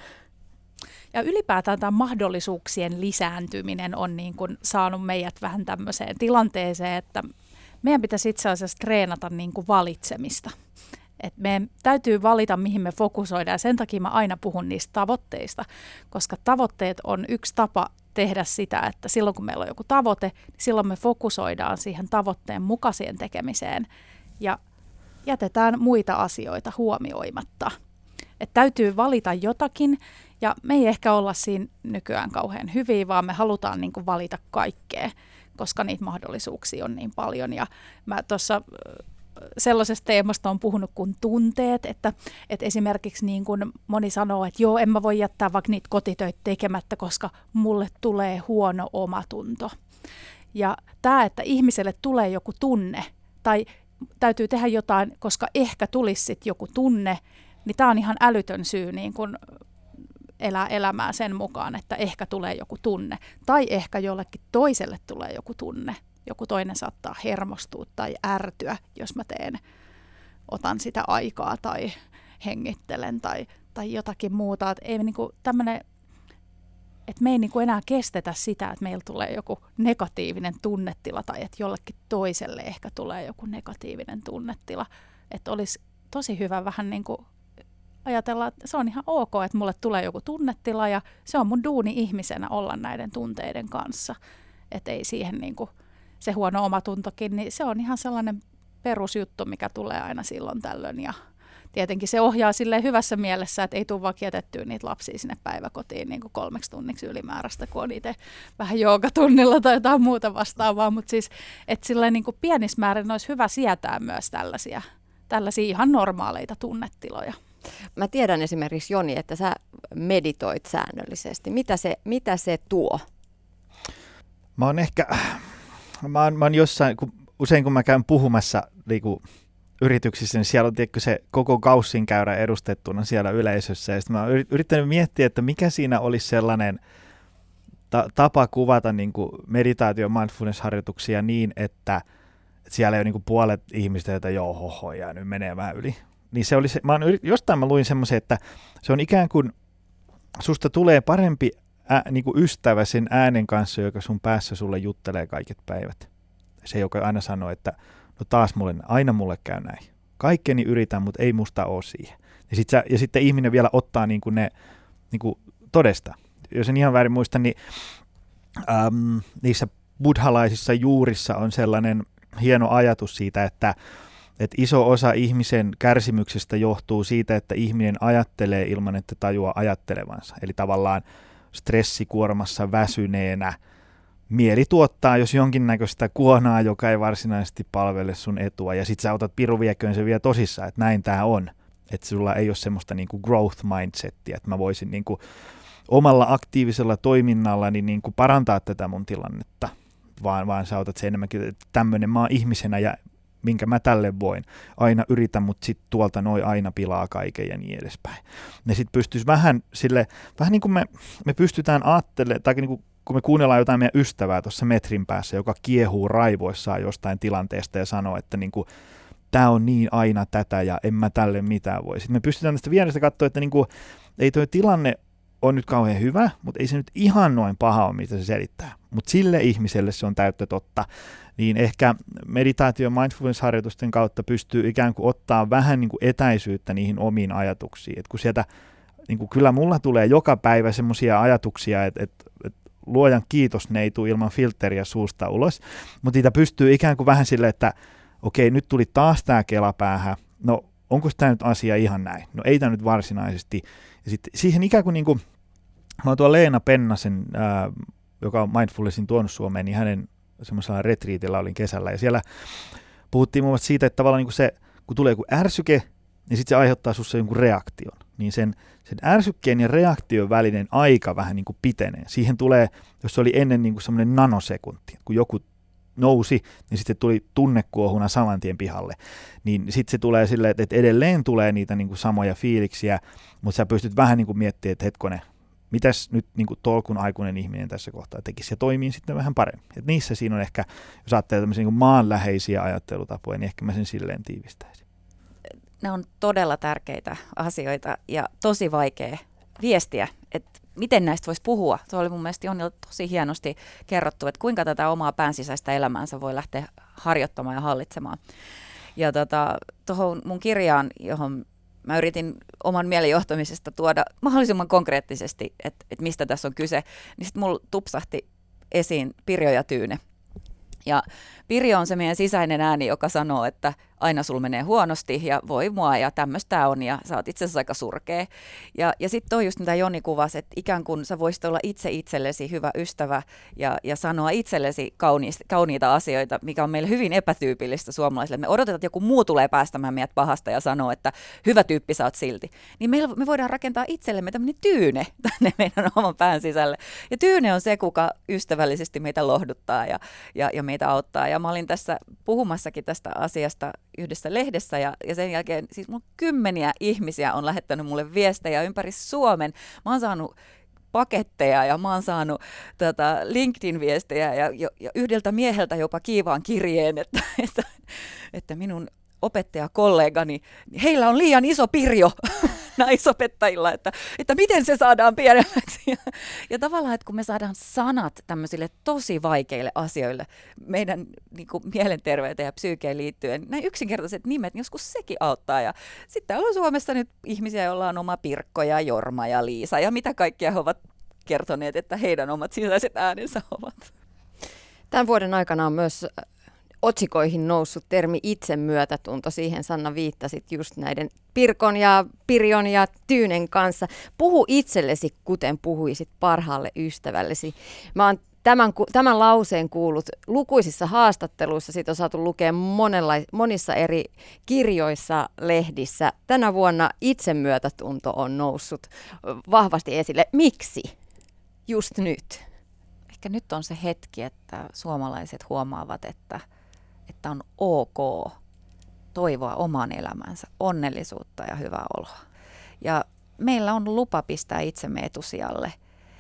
Ja ylipäätään tämä mahdollisuuksien lisääntyminen on niin kuin saanut meidät vähän tämmöiseen tilanteeseen, että meidän pitäisi itse asiassa treenata niin kuin valitsemista. Et meidän täytyy valita, mihin me fokusoidaan. Ja sen takia mä aina puhun niistä tavoitteista, koska tavoitteet on yksi tapa tehdä sitä, että silloin kun meillä on joku tavoite, niin silloin me fokusoidaan siihen tavoitteen mukaiseen tekemiseen ja jätetään muita asioita huomioimatta. Että täytyy valita jotakin ja me ei ehkä olla siinä nykyään kauhean hyviä, vaan me halutaan niin kuin valita kaikkea, koska niitä mahdollisuuksia on niin paljon. Ja mä tuossa sellaisesta teemasta on puhunut kuin tunteet, että, että esimerkiksi niin kuin moni sanoo, että joo, en mä voi jättää vaikka niitä kotitöitä tekemättä, koska mulle tulee huono omatunto. Ja tämä, että ihmiselle tulee joku tunne tai täytyy tehdä jotain, koska ehkä tulisi sitten joku tunne, niin tämä on ihan älytön syy niin kuin elää elämää sen mukaan, että ehkä tulee joku tunne tai ehkä jollekin toiselle tulee joku tunne. Joku toinen saattaa hermostua tai ärtyä, jos mä teen, otan sitä aikaa tai hengittelen tai, tai jotakin muuta. Että ei niinku tämmönen, että me ei niinku enää kestetä sitä, että meillä tulee joku negatiivinen tunnetila tai että jollekin toiselle ehkä tulee joku negatiivinen tunnetila. Että olisi tosi hyvä vähän niin kuin ajatella, että se on ihan ok, että mulle tulee joku tunnetila ja se on mun duuni ihmisenä olla näiden tunteiden kanssa. Että ei siihen niinku se huono omatuntokin, niin se on ihan sellainen perusjuttu, mikä tulee aina silloin tällöin. Ja tietenkin se ohjaa silleen hyvässä mielessä, että ei tule vaan jätettyä niitä lapsia sinne päiväkotiin niin kuin kolmeksi tunniksi ylimääräistä, kun on itse vähän joogatunnilla tai jotain muuta vastaavaa. Mutta siis, että silleen niin kuin pienissä määrin olisi hyvä sietää myös tällaisia, tällaisia ihan normaaleita tunnetiloja. Mä tiedän esimerkiksi, Joni, että sä meditoit säännöllisesti. Mitä se, mitä se tuo? Mä oon ehkä... Mä oon, mä oon jossain, kun, usein kun mä käyn puhumassa niin kuin yrityksissä, niin siellä on tiedätkö, se koko kaussin käyrä edustettuna siellä yleisössä. Ja sitten mä oon yrittänyt miettiä, että mikä siinä olisi sellainen ta- tapa kuvata niin kuin meditaatio- mindfulness-harjoituksia niin, että, että siellä ei ole niin kuin puolet ihmistä, joita joo, hoho, ja nyt menee vähän yli. Niin se oli se, mä oon, jostain mä luin semmoisen, että se on ikään kuin, susta tulee parempi ä, niin kuin ystävä sen äänen kanssa, joka sun päässä sulle juttelee kaiket päivät. Se, joka aina sanoo, että no taas mulle, aina mulle käy näin. Kaikkeni yritän, mutta ei musta ole siihen. Ja, sit sä, ja sitten ihminen vielä ottaa niin kuin ne niin kuin todesta. Jos en ihan väärin muista, niin äm, niissä buddhalaisissa juurissa on sellainen hieno ajatus siitä, että, että iso osa ihmisen kärsimyksestä johtuu siitä, että ihminen ajattelee ilman, että tajuaa ajattelevansa. Eli tavallaan stressikuormassa väsyneenä mieli tuottaa jos jonkinnäköistä kuonaa, joka ei varsinaisesti palvele sun etua, ja sit sä otat piru vieköön se vielä tosissaan, että näin tää on. Että sulla ei ole semmoista niinku growth mindsettiä, että mä voisin niinku omalla aktiivisella toiminnallani niinku parantaa tätä mun tilannetta, vaan, vaan sä otat se enemmänkin, että tämmöinen mä oon ihmisenä ja minkä mä tälle voin. Aina yritän, mutta sitten tuolta noi aina pilaa kaiken ja niin edespäin. Ja sitten pystyisi vähän sille, vähän niin kuin me, me pystytään ajattelemaan, tai niin kuin kun me kuunnellaan jotain meidän ystävää tuossa metrin päässä, joka kiehuu raivoissaan jostain tilanteesta ja sanoo, että niin kuin, tää on niin aina tätä ja en mä tälle mitään voi. Sitten me pystytään tästä vierestä katsoa, että niin kuin, ei tuo tilanne on nyt kauhean hyvä, mutta ei se nyt ihan noin paha ole, mitä se selittää. Mutta sille ihmiselle se on täyttä totta. Niin ehkä meditaatio- ja mindfulness-harjoitusten kautta pystyy ikään kuin ottaa vähän niin kuin etäisyyttä niihin omiin ajatuksiin. Et kun sieltä, niin kuin kyllä mulla tulee joka päivä semmoisia ajatuksia, että et, et luojan kiitos, ne ei tule ilman filtteriä suusta ulos, mutta niitä pystyy ikään kuin vähän silleen, että okei, nyt tuli taas tämä kela päähän, no onko tämä nyt asia ihan näin? No ei tämä nyt varsinaisesti. Ja sitten siihen ikään kuin, niin kuin mä oon tuolla Leena Pennasen, ää, joka on Mindfulnessin tuonut Suomeen, niin hänen semmoisella retriitillä olin kesällä, ja siellä puhuttiin muun muassa siitä, että tavallaan niin kuin se, kun tulee joku ärsyke, niin sitten se aiheuttaa sinussa jonkun reaktion. Niin sen, sen ärsykkeen ja reaktion välinen aika vähän niin kuin pitenee. Siihen tulee, jos se oli ennen niin kuin semmoinen nanosekunti, kun joku nousi, niin sitten tuli tunnekuohuna saman tien pihalle. Niin sitten se tulee silleen, että edelleen tulee niitä niin kuin samoja fiiliksiä, mutta sä pystyt vähän niin kuin miettimään, että hetkonen, mitäs nyt niin kuin tolkun aikuinen ihminen tässä kohtaa tekisi ja toimii sitten vähän paremmin. Et niissä siinä on ehkä, jos ajattelee tämmöisiä niin kuin maanläheisiä ajattelutapoja, niin ehkä mä sen silleen tiivistäisin. Ne on todella tärkeitä asioita ja tosi vaikea viestiä, että miten näistä voisi puhua. Se oli mun mielestä Jonnilla tosi hienosti kerrottu, että kuinka tätä omaa päänsisäistä elämäänsä voi lähteä harjoittamaan ja hallitsemaan. Ja tota, tuohon mun kirjaan, johon mä yritin oman mielenjohtamisesta tuoda mahdollisimman konkreettisesti, että, että mistä tässä on kyse, niin sitten mulla tupsahti esiin Pirjo ja Tyyne. Ja Pirjo on se meidän sisäinen ääni, joka sanoo, että aina sulla menee huonosti ja voi mua ja tämmöistä on ja sä oot itse asiassa aika surkea. Ja, ja sitten on just mitä Jonni kuvasi, että ikään kuin sä voisit olla itse itsellesi hyvä ystävä ja, ja sanoa itsellesi kauniista, kauniita asioita, mikä on meille hyvin epätyypillistä suomalaisille. Me odotetaan, että joku muu tulee päästämään meidät pahasta ja sanoo, että hyvä tyyppi sä oot silti. Niin meillä, me voidaan rakentaa itsellemme tämmöinen tyyne tänne meidän oman pään sisälle. Ja tyyne on se, kuka ystävällisesti meitä lohduttaa ja, ja, ja meitä auttaa. Ja mä olin tässä puhumassakin tästä asiasta yhdessä lehdessä ja, ja sen jälkeen siis mun kymmeniä ihmisiä on lähettänyt mulle viestejä ympäri Suomen. Mä oon saanut paketteja ja mä oon saanut tota, LinkedIn-viestejä ja, ja, ja yhdeltä mieheltä jopa kiivaan kirjeen, että, että, että minun opettajakollegani, heillä on liian iso Pirjo naisopettajilla, että, että miten se saadaan pienemmäksi. Ja, ja tavallaan, että kun me saadaan sanat tämmöisille tosi vaikeille asioille meidän niin kuin mielenterveyteen ja psyykeen liittyen, näin yksinkertaiset nimet, niin joskus sekin auttaa. Ja sitten on Suomessa nyt ihmisiä, joilla on oma Pirkko ja Jorma ja Liisa ja mitä kaikkia he ovat kertoneet, että heidän omat sisäiset äänensä ovat. Tämän vuoden aikana on myös otsikoihin noussut termi itsemyötätunto. Siihen Sanna viittasit just näiden Pirkon ja Pirjon ja Tyynen kanssa. Puhu itsellesi, kuten puhuisit parhaalle ystävällesi. Mä oon tämän, tämän lauseen kuullut lukuisissa haastatteluissa. Siitä on saatu lukea monella, monissa eri kirjoissa, lehdissä. Tänä vuonna itsemyötätunto on noussut vahvasti esille. Miksi just nyt? Ehkä nyt on se hetki, että suomalaiset huomaavat, että että on ok toivoa oman elämänsä, onnellisuutta ja hyvää oloa. Ja meillä on lupa pistää itsemme etusijalle.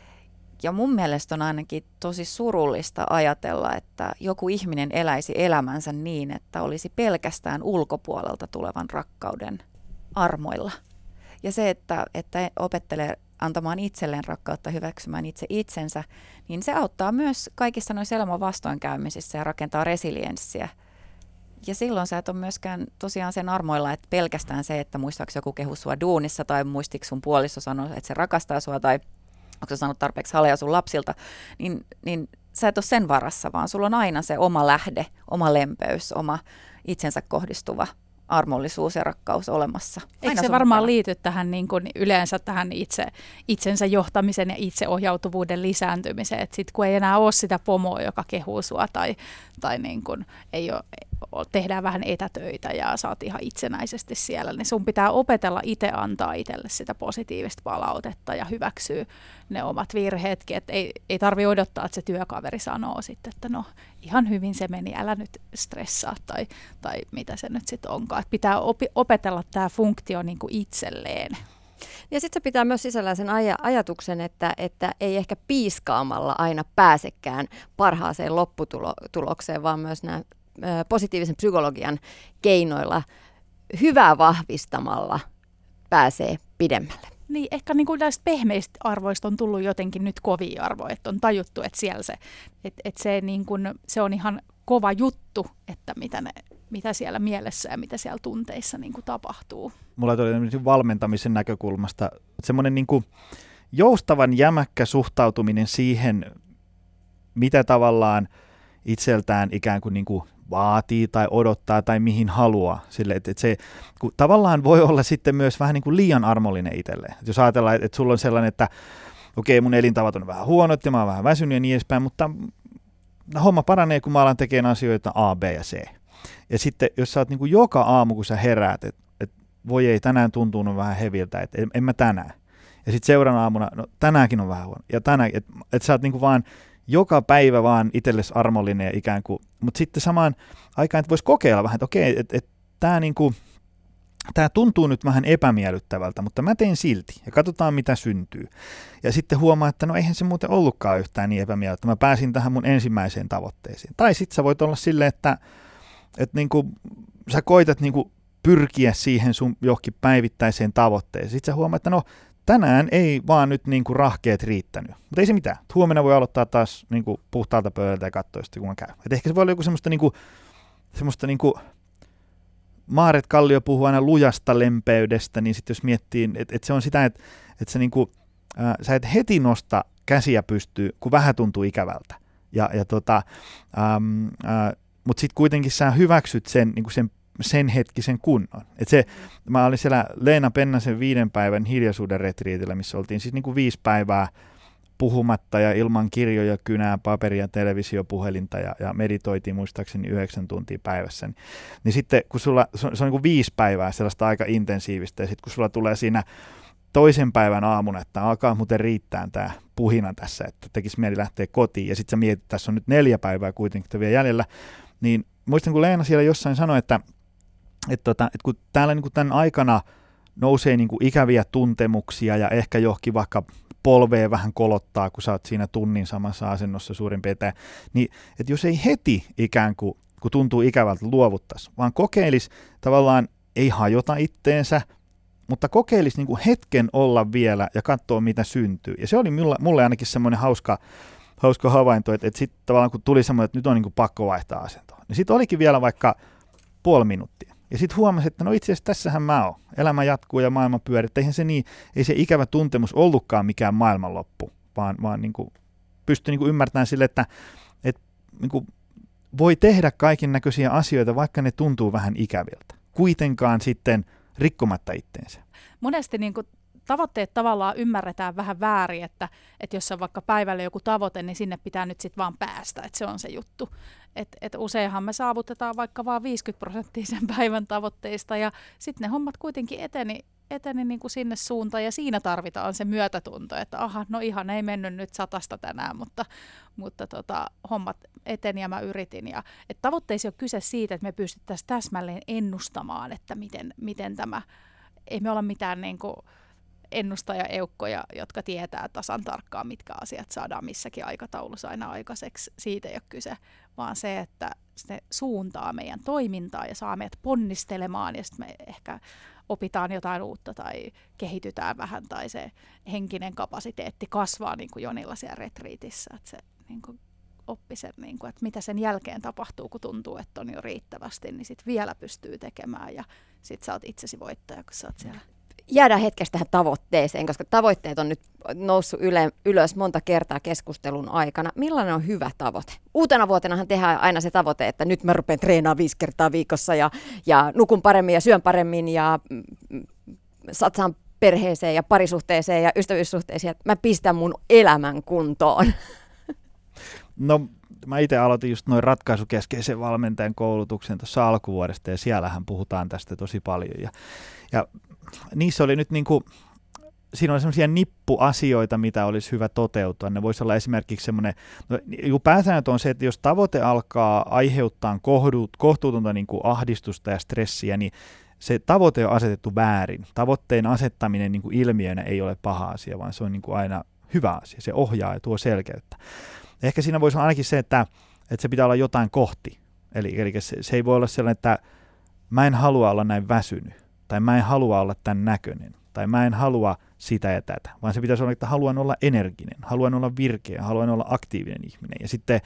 Ja mun mielestä on ainakin tosi surullista ajatella, että joku ihminen eläisi elämänsä niin, että olisi pelkästään ulkopuolelta tulevan rakkauden armoilla. Ja se, että, että opettelee antamaan itselleen rakkautta, hyväksymään itse itsensä, niin se auttaa myös kaikissa noissa elämän vastoinkäymisissä ja rakentaa resilienssiä. Ja silloin sä et ole myöskään tosiaan sen armoilla, että pelkästään se, että muistaako joku kehu sua duunissa tai muistiko sun puoliso sanoa, että se rakastaa sua tai onko sä saanut tarpeeksi haleja sun lapsilta, niin, niin sä et ole sen varassa, vaan sulla on aina se oma lähde, oma lempeys, oma itsensä kohdistuva armollisuus ja rakkaus olemassa. Aina Eikö se varmaan liity tähän niin kuin yleensä tähän itse, itsensä johtamisen ja itseohjautuvuuden lisääntymiseen, että sitten kun ei enää ole sitä pomoa, joka kehuu sua tai, tai niin kuin ei ole, tehdään vähän etätöitä ja sä oot ihan itsenäisesti siellä, niin sun pitää opetella itse antaa itselle sitä positiivista palautetta ja hyväksyä ne omat virheetkin, että ei, ei tarvitse odottaa, että se työkaveri sanoo sitten, että no ihan hyvin se meni, älä nyt stressaa tai, tai mitä se nyt sitten onkaan. Että pitää opi, opetella tämä funktio niin kuin itselleen. Ja sitten se pitää myös sisällään sen aj- ajatuksen, että, että ei ehkä piiskaamalla aina pääsekään parhaaseen lopputulokseen, vaan myös nämä positiivisen psykologian keinoilla hyvää vahvistamalla pääsee pidemmälle. Niin, ehkä niin kuin näistä pehmeistä arvoista on tullut jotenkin nyt kovia arvoja, että on tajuttu, että siellä se, että, että se, niin kuin, se on ihan kova juttu, että mitä, ne, mitä siellä mielessä ja mitä siellä tunteissa niin kuin tapahtuu. Mulla tuli valmentamisen näkökulmasta semmoinen niin kuin joustavan jämäkkä suhtautuminen siihen, mitä tavallaan itseltään ikään kuin, niin kuin vaatii tai odottaa tai mihin haluaa. Sille, että, että se kun tavallaan voi olla sitten myös vähän niin kuin liian armollinen itselleen. Että jos ajatellaan, että, että sulla on sellainen, että okei, mun elintavat on vähän huonot ja mä oon vähän väsynyt ja niin edespäin, mutta homma paranee, kun mä alan tekemään asioita A, B ja C. Ja sitten jos sä oot niin kuin joka aamu, kun sä heräät, että, että voi ei, tänään tuntuu vähän heviltä, että en, en mä tänään. Ja sitten seuraavana aamuna, no tänäänkin on vähän huono. Ja tänään, että, että sä oot niin kuin vaan joka päivä vaan itsellesi armollinen ja ikään kuin, mutta sitten samaan aikaan, että voisi kokeilla vähän, että okei, että, että tämä niinku, tää tuntuu nyt vähän epämiellyttävältä, mutta mä teen silti ja katsotaan mitä syntyy. Ja sitten huomaa, että no eihän se muuten ollutkaan yhtään niin epämiellyttävää, mä pääsin tähän mun ensimmäiseen tavoitteeseen. Tai sitten sä voit olla silleen, että, että niinku, sä koitat niinku pyrkiä siihen sun johonkin päivittäiseen tavoitteeseen. Sitten sä huomaat, että no tänään ei vaan nyt niinku rahkeet riittänyt, mutta ei se mitään. Huomenna voi aloittaa taas niinku puhtaalta pöydältä ja katsoa sitten, kun mä käyn. Et ehkä se voi olla joku semmoista, niinku, semmoista niinku, Maaret Kallio puhuu aina lujasta lempeydestä, niin sitten jos miettii, että et se on sitä, että et sä, niinku, äh, sä et heti nosta käsiä pystyy, kun vähän tuntuu ikävältä. Ja, ja tota, ähm, äh, mutta sitten kuitenkin sä hyväksyt sen, niinku sen sen hetkisen kunnon. Et se, mä olin siellä Leena Pennasen viiden päivän hiljaisuuden retriitillä, missä oltiin siis niin kuin viisi päivää puhumatta ja ilman kirjoja, kynää, paperia, televisiopuhelinta ja, ja meditoitiin muistaakseni yhdeksän tuntia päivässä. Niin, niin sitten kun sulla, se on, se on niin kuin viisi päivää sellaista aika intensiivistä ja sitten kun sulla tulee siinä toisen päivän aamuna, että alkaa muuten riittää tämä puhina tässä, että tekisi mieli lähteä kotiin ja sitten sä mietit, että tässä on nyt neljä päivää kuitenkin vielä jäljellä, niin muistan kun Leena siellä jossain sanoi, että Että tota, et kun täällä niin kun tämän aikana nousee niin kuin ikäviä tuntemuksia ja ehkä johonkin vaikka polveen vähän kolottaa, kun sä oot siinä tunnin samassa asennossa suurin piirtein, niin että jos ei heti ikään kuin, kun tuntuu ikävältä, luovuttaisi, vaan kokeilisi tavallaan, ei hajota itteensä, mutta kokeilisi niin kuin hetken olla vielä ja katsoa, mitä syntyy. Ja se oli mulle, mulle ainakin semmoinen hauska, hauska havainto, että, että sitten tavallaan kun tuli semmoinen, että nyt on niin kuin pakko vaihtaa asentoa, niin sitten olikin vielä vaikka puoli minuuttia. Ja sitten huomasi, että no itse asiassa tässähän mä oon. Elämä jatkuu ja maailma pyörii. Eihän se niin, ei se ikävä tuntemus ollutkaan mikään maailmanloppu, vaan, vaan niin kuin pystyi niin kuin ymmärtämään sille, että, että niin kuin voi tehdä kaiken näköisiä asioita, vaikka ne tuntuu vähän ikäviltä. Kuitenkaan sitten rikkomatta itteensä. Monesti niin kuin tavoitteet tavallaan ymmärretään vähän väärin, että, että jos on vaikka päivällä joku tavoite, niin sinne pitää nyt sitten vaan päästä, että se on se juttu. Että et useinhan me saavutetaan vaikka vaan viisikymmentä prosenttia sen päivän tavoitteista ja sitten ne hommat kuitenkin eteni, eteni niin kuin sinne suuntaan ja siinä tarvitaan se myötätunto, että aha, no ihan ei mennyt nyt satasta tänään, mutta, mutta tota, hommat eteni ja mä yritin. Ja, et tavoitteissa on kyse siitä, että me pystyttäisiin täsmälleen ennustamaan, että miten, miten tämä, ei me olla mitään niin kuin, ennustajaeukkoja, jotka tietää tasan tarkkaan, mitkä asiat saadaan missäkin aikataulussa aina aikaiseksi. Siitä ei ole kyse, vaan se, että se suuntaa meidän toimintaa ja saa meidät ponnistelemaan ja sitten me ehkä opitaan jotain uutta tai kehitytään vähän tai se henkinen kapasiteetti kasvaa niin kuin Jonilla siellä retriitissä, että se niin kuin oppi sen, niin kuin, että mitä sen jälkeen tapahtuu, kun tuntuu, että on jo riittävästi, niin sitten vielä pystyy tekemään ja sitten sä oot itsesi voittaja, kun sä oot siellä. Jäädään hetkeksi tähän tavoitteeseen, koska tavoitteet on nyt noussut yle, ylös monta kertaa keskustelun aikana. Millainen on hyvä tavoite? Uutena vuotenahan tehdään aina se tavoite, että nyt mä rupean treenaamaan viisi kertaa viikossa ja, ja nukun paremmin ja syön paremmin ja mm, satsaan perheeseen ja parisuhteeseen ja ystävyyssuhteeseen. Mä pistän mun elämän kuntoon. No mä itse aloitin just noin ratkaisukeskeisen valmentajan koulutuksen tuossa alkuvuodesta ja siellähän puhutaan tästä tosi paljon. Ja, ja niissä oli nyt niinku, siinä oli semmoisia nippuasioita, mitä olisi hyvä toteutua. Ne voisi olla esimerkiksi semmoinen, no pääsääntö on se, että jos tavoite alkaa aiheuttaa kohtuutonta niinku ahdistusta ja stressiä, niin se tavoite on asetettu väärin. Tavoitteen asettaminen niinku ilmiönä ei ole paha asia, vaan se on niinku aina hyvä asia. Se ohjaa ja tuo selkeyttä. Ehkä siinä voisi olla ainakin se, että, että se pitää olla jotain kohti. Eli, eli se, se ei voi olla sellainen, että mä en halua olla näin väsynyt, tai mä en halua olla tämän näköinen, tai mä en halua sitä ja tätä, vaan se pitäisi olla, että haluan olla energinen, haluan olla virkeä, haluan olla aktiivinen ihminen. Ja sitten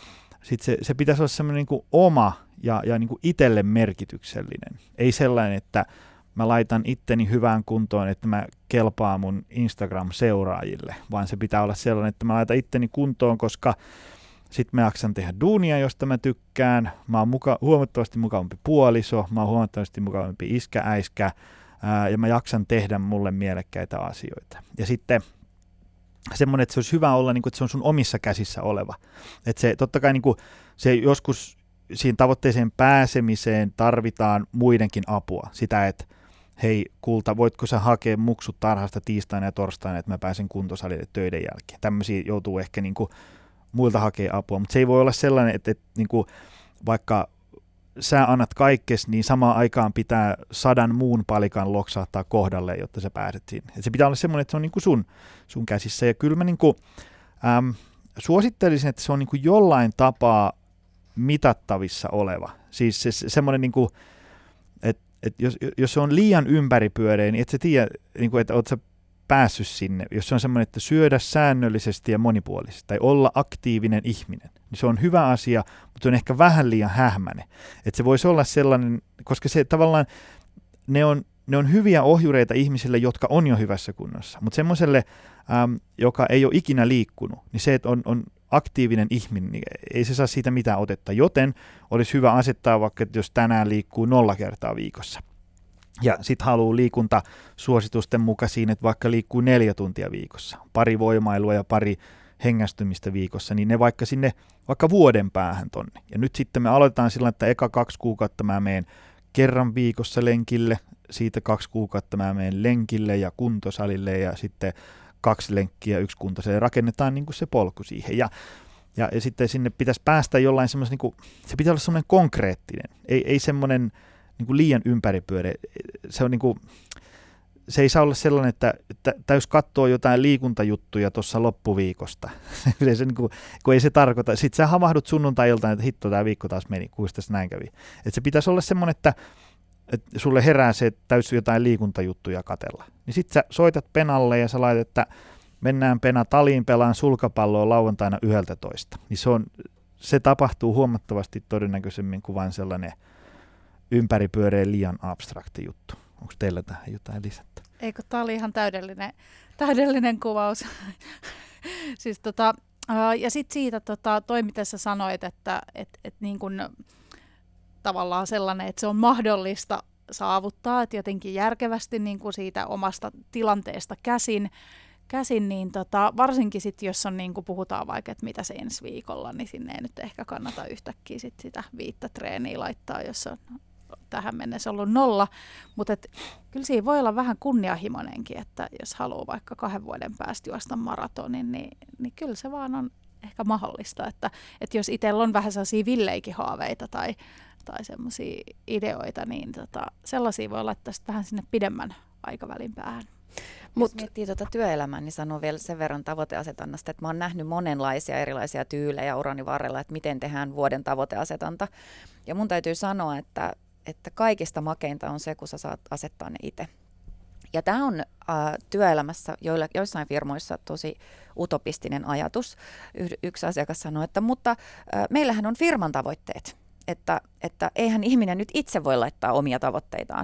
sit se, se pitäisi olla semmoinen niin kuin oma ja, ja niin kuin itselle merkityksellinen. Ei sellainen, että mä laitan itteni hyvään kuntoon, että mä kelpaan mun Instagram-seuraajille, vaan se pitää olla sellainen, että mä laitan itteni kuntoon, koska sit mä jaksan tehdä duunia, josta mä tykkään, mä oon muka- huomattavasti mukavampi puoliso, mä oon huomattavasti mukavampi iskä, äiskä, ää, ja mä jaksan tehdä mulle mielekkäitä asioita. Ja sitten semmoinen, että se olisi hyvä olla, niin kuin, että se on sun omissa käsissä oleva. Että se totta kai niin kuin, se joskus siinä tavoitteeseen pääsemiseen tarvitaan muidenkin apua. Sitä, että hei kulta, voitko sä hakea muksut tarhasta tiistaina ja torstaina, että mä pääsen kuntosalille töiden jälkeen. Tämmöisiä joutuu ehkä niin kuin muilta hakea apua, mutta se ei voi olla sellainen, että, että niin kuin vaikka sä annat kaikkes, niin samaan aikaan pitää sadan muun palikan loksahtaa kohdalle, jotta sä pääset sinne. Et se pitää olla semmoinen, että se on niin kuin sun, sun käsissä. Ja kyllä mä niin kuin, äm, suosittelisin, että se on niin kuin jollain tapaa mitattavissa oleva. Siis se, se, semmoinen, niin kuin, että, että jos, jos se on liian ympäripyöreä, niin et sä tiedä, niin kuin, että oot sä päässyt sinne. Jos se on semmoinen, että syödä säännöllisesti ja monipuolisesti tai olla aktiivinen ihminen, niin se on hyvä asia, mutta se on ehkä vähän liian hähmäinen. Että se voisi olla sellainen, koska se tavallaan, ne on, ne on hyviä ohjureita ihmisille, jotka on jo hyvässä kunnossa, mutta semmoiselle, äm, joka ei ole ikinä liikkunut, niin se, että on, on aktiivinen ihminen, niin ei se saa siitä mitään otetta, joten olisi hyvä asettaa vaikka, että jos tänään liikkuu nolla kertaa viikossa, ja sitten haluaa liikuntasuositusten mukaisiin, että vaikka liikkuu neljä tuntia viikossa, pari voimailua ja pari hengästymistä viikossa, niin ne vaikka sinne vaikka vuoden päähän tonne. Ja nyt sitten me aloitetaan sillä, että eka kaksi kuukautta mä menen kerran viikossa lenkille, siitä kaksi kuukautta mä menen lenkille ja kuntosalille ja sitten kaksi lenkkiä, yksi kuntosalille. Rakennetaan niin kuin se polku siihen. Ja, ja, ja sitten sinne pitäisi päästä jollain semmoisen, niin kuin, se pitää olla semmoinen konkreettinen, ei, ei semmoinen niin kuin liian ympäripyöreä. Se on niin kuin, se ei saa olla sellainen, että täys katsoo jotain liikuntajuttuja tuossa loppuviikosta. se, niin kuin, kun ei se tarkoita. Sitten sä havahdut sunnuntai-iltaan, että hitto, tämä viikko taas meni, kuinka tässä näin kävi. Et se pitäisi olla semmoinen, että, että sulle herää se, että täytyy jotain liikuntajuttuja katella. Niin sitten sä soitat Penalle ja sä laitat, että mennään Pena taliin, pelaan sulkapalloa lauantaina yksitoista. Niin se, on, se tapahtuu huomattavasti todennäköisemmin kuin vain sellainen ympäripyöreä liian abstrakti juttu. Onko teillä tähän jotain lisättä? Eikö, tämä oli ihan täydellinen, täydellinen kuvaus. siis tota, ja sitten siitä tota, toi, mitä sä sanoit, että et, et niin kun, tavallaan sellainen, että se on mahdollista saavuttaa, että jotenkin järkevästi niin kun siitä omasta tilanteesta käsin, käsin niin tota, varsinkin sitten, jos on, niin kun puhutaan vaikka, että mitä se ensi viikolla, niin sinne ei nyt ehkä kannata yhtäkkiä sit sitä viittä treeniä laittaa, jos on tähän mennessä ollut nolla, mutta et, kyllä siinä voi olla vähän kunnianhimoinenkin, että jos haluaa vaikka kahden vuoden päästä juosta maratonin, niin, niin kyllä se vaan on ehkä mahdollista, että, että jos itsellä on vähän sellaisia villeikin haaveita tai, tai sellaisia ideoita, niin tota, sellaisia voi laittaa vähän sinne pidemmän aikavälin päähän. Mut, jos miettii tuota työelämää, niin sanon vielä sen verran tavoiteasetannasta, että mä oon nähnyt monenlaisia erilaisia tyylejä urani varrella, että miten tehdään vuoden tavoiteasetanta. Ja mun täytyy sanoa, että, että kaikista makeinta on se, kun sä saat asettaa ne itse. Ja tämä on äh, työelämässä joilla, joissain firmoissa tosi utopistinen ajatus. Y- yksi asiakas sanoi, että mutta äh, meillähän on firman tavoitteet, että, että eihän ihminen nyt itse voi laittaa omia tavoitteitaan.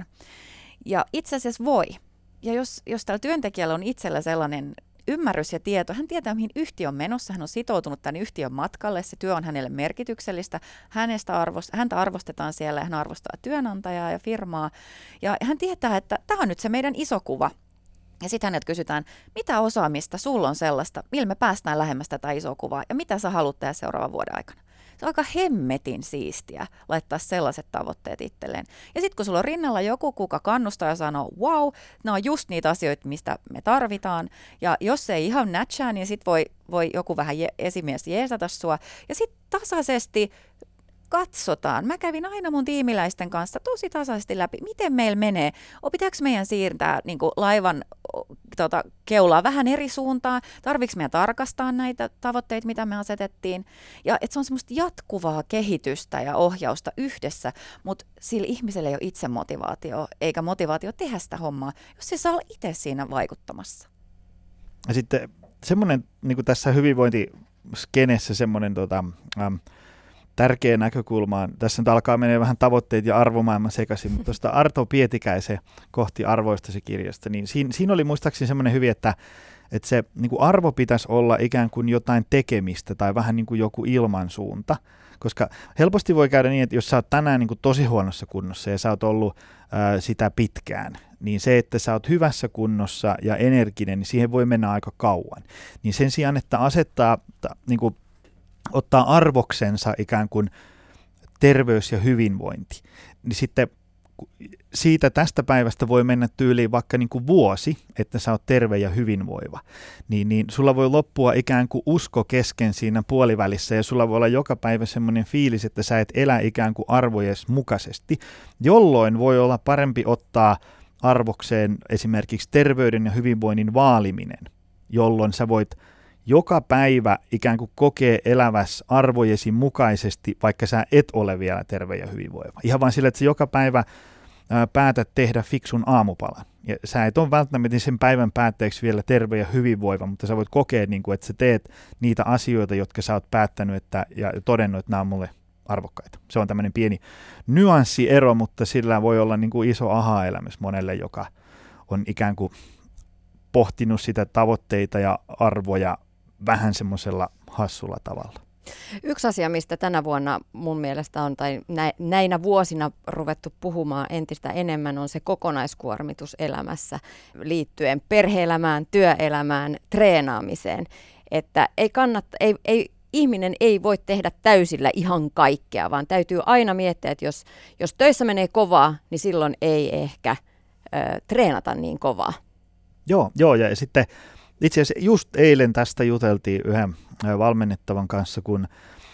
Ja itse asiassa voi. Ja jos, jos tällä työntekijällä on itsellä sellainen ymmärrys ja tieto, hän tietää, mihin yhtiö on menossa, hän on sitoutunut tämän yhtiön matkalle, se työ on hänelle merkityksellistä, hänestä arvost, häntä arvostetaan siellä ja hän arvostaa työnantajaa ja firmaa. Ja hän tietää, että tämä on nyt se meidän iso kuva. Ja sitten hänet kysytään, mitä osaamista sulla on sellaista, millä me päästään lähemmäs tätä isoa kuvaa ja mitä sä haluat tehdä seuraavan vuoden aikana. Se on aika hemmetin siistiä laittaa sellaiset tavoitteet itselleen. Ja sitten kun sulla on rinnalla joku, kuka kannustaa ja sanoo, wow, nämä on just niitä asioita, mistä me tarvitaan. Ja jos se ei ihan nätsää, niin sitten voi, voi joku vähän je- esimies jeesata sua. Ja sitten tasaisesti katsotaan. Mä kävin aina mun tiimiläisten kanssa tosi tasaisesti läpi, miten meillä menee. Pitääkö meidän siirtää niin kuin laivan tota, keulaa vähän eri suuntaan? Tarviiko meidän tarkastaa näitä tavoitteita, mitä me asetettiin? Ja että se on semmoista jatkuvaa kehitystä ja ohjausta yhdessä, mutta sillä ihmisellä ei ole itsemotivaatio, eikä motivaatio tehdä sitä hommaa, jos se saa olla itse siinä vaikuttamassa. Ja sitten semmoinen, niin kuin tässä hyvinvointiskenessä semmoinen tota, ähm, tärkeä näkökulma, tässä nyt alkaa menee vähän tavoitteet ja arvomaailman sekaisin, mutta tuosta Arto Pietikäisen kohti arvoistasi kirjasta, niin siinä, siinä oli muistaakseni semmoinen hyvin, että, että se niin kuin arvo pitäisi olla ikään kuin jotain tekemistä tai vähän niin kuin joku ilmansuunta, koska helposti voi käydä niin, että jos sä oot tänään niin kuin tosi huonossa kunnossa ja sä oot ollut ää, sitä pitkään, niin se, että sä oot hyvässä kunnossa ja energinen, niin siihen voi mennä aika kauan. Niin sen sijaan, että asettaa niin kuin ottaa arvoksensa ikään kuin terveys ja hyvinvointi, niin sitten siitä tästä päivästä voi mennä tyyliin vaikka niin kuin vuosi, että sä oot terve ja hyvinvoiva, niin, niin sulla voi loppua ikään kuin usko kesken siinä puolivälissä ja sulla voi olla joka päivä semmoinen fiilis, että sä et elä ikään kuin arvojes mukaisesti, jolloin voi olla parempi ottaa arvokseen esimerkiksi terveyden ja hyvinvoinnin vaaliminen, jolloin sä voit joka päivä ikään kuin kokee eläväs arvojesi mukaisesti, vaikka sä et ole vielä terve ja hyvinvoiva. Ihan vain sillä, että sä joka päivä ää, päätät tehdä fiksun aamupalan. Ja sä et ole välttämättä sen päivän päätteeksi vielä terve ja hyvinvoiva, mutta sä voit kokea, niin kuin, että sä teet niitä asioita, jotka sä oot päättänyt että, ja todennut, että nämä on mulle arvokkaita. Se on tämmöinen pieni nyanssiero, mutta sillä voi olla niin kuin iso aha-elämys monelle, joka on ikään kuin pohtinut sitä tavoitteita ja arvoja vähän semmoisella hassulla tavalla. Yksi asia, mistä tänä vuonna mun mielestä on, tai näinä vuosina ruvettu puhumaan entistä enemmän, on se kokonaiskuormitus elämässä liittyen perhe-elämään, työelämään, treenaamiseen. Että ei kannatta, ei, ei, ihminen ei voi tehdä täysillä ihan kaikkea, vaan täytyy aina miettiä, että jos, jos töissä menee kovaa, niin silloin ei ehkä ö, treenata niin kovaa. Joo, joo, ja sitten itse asiassa just eilen tästä juteltiin yhden valmennettavan kanssa, kun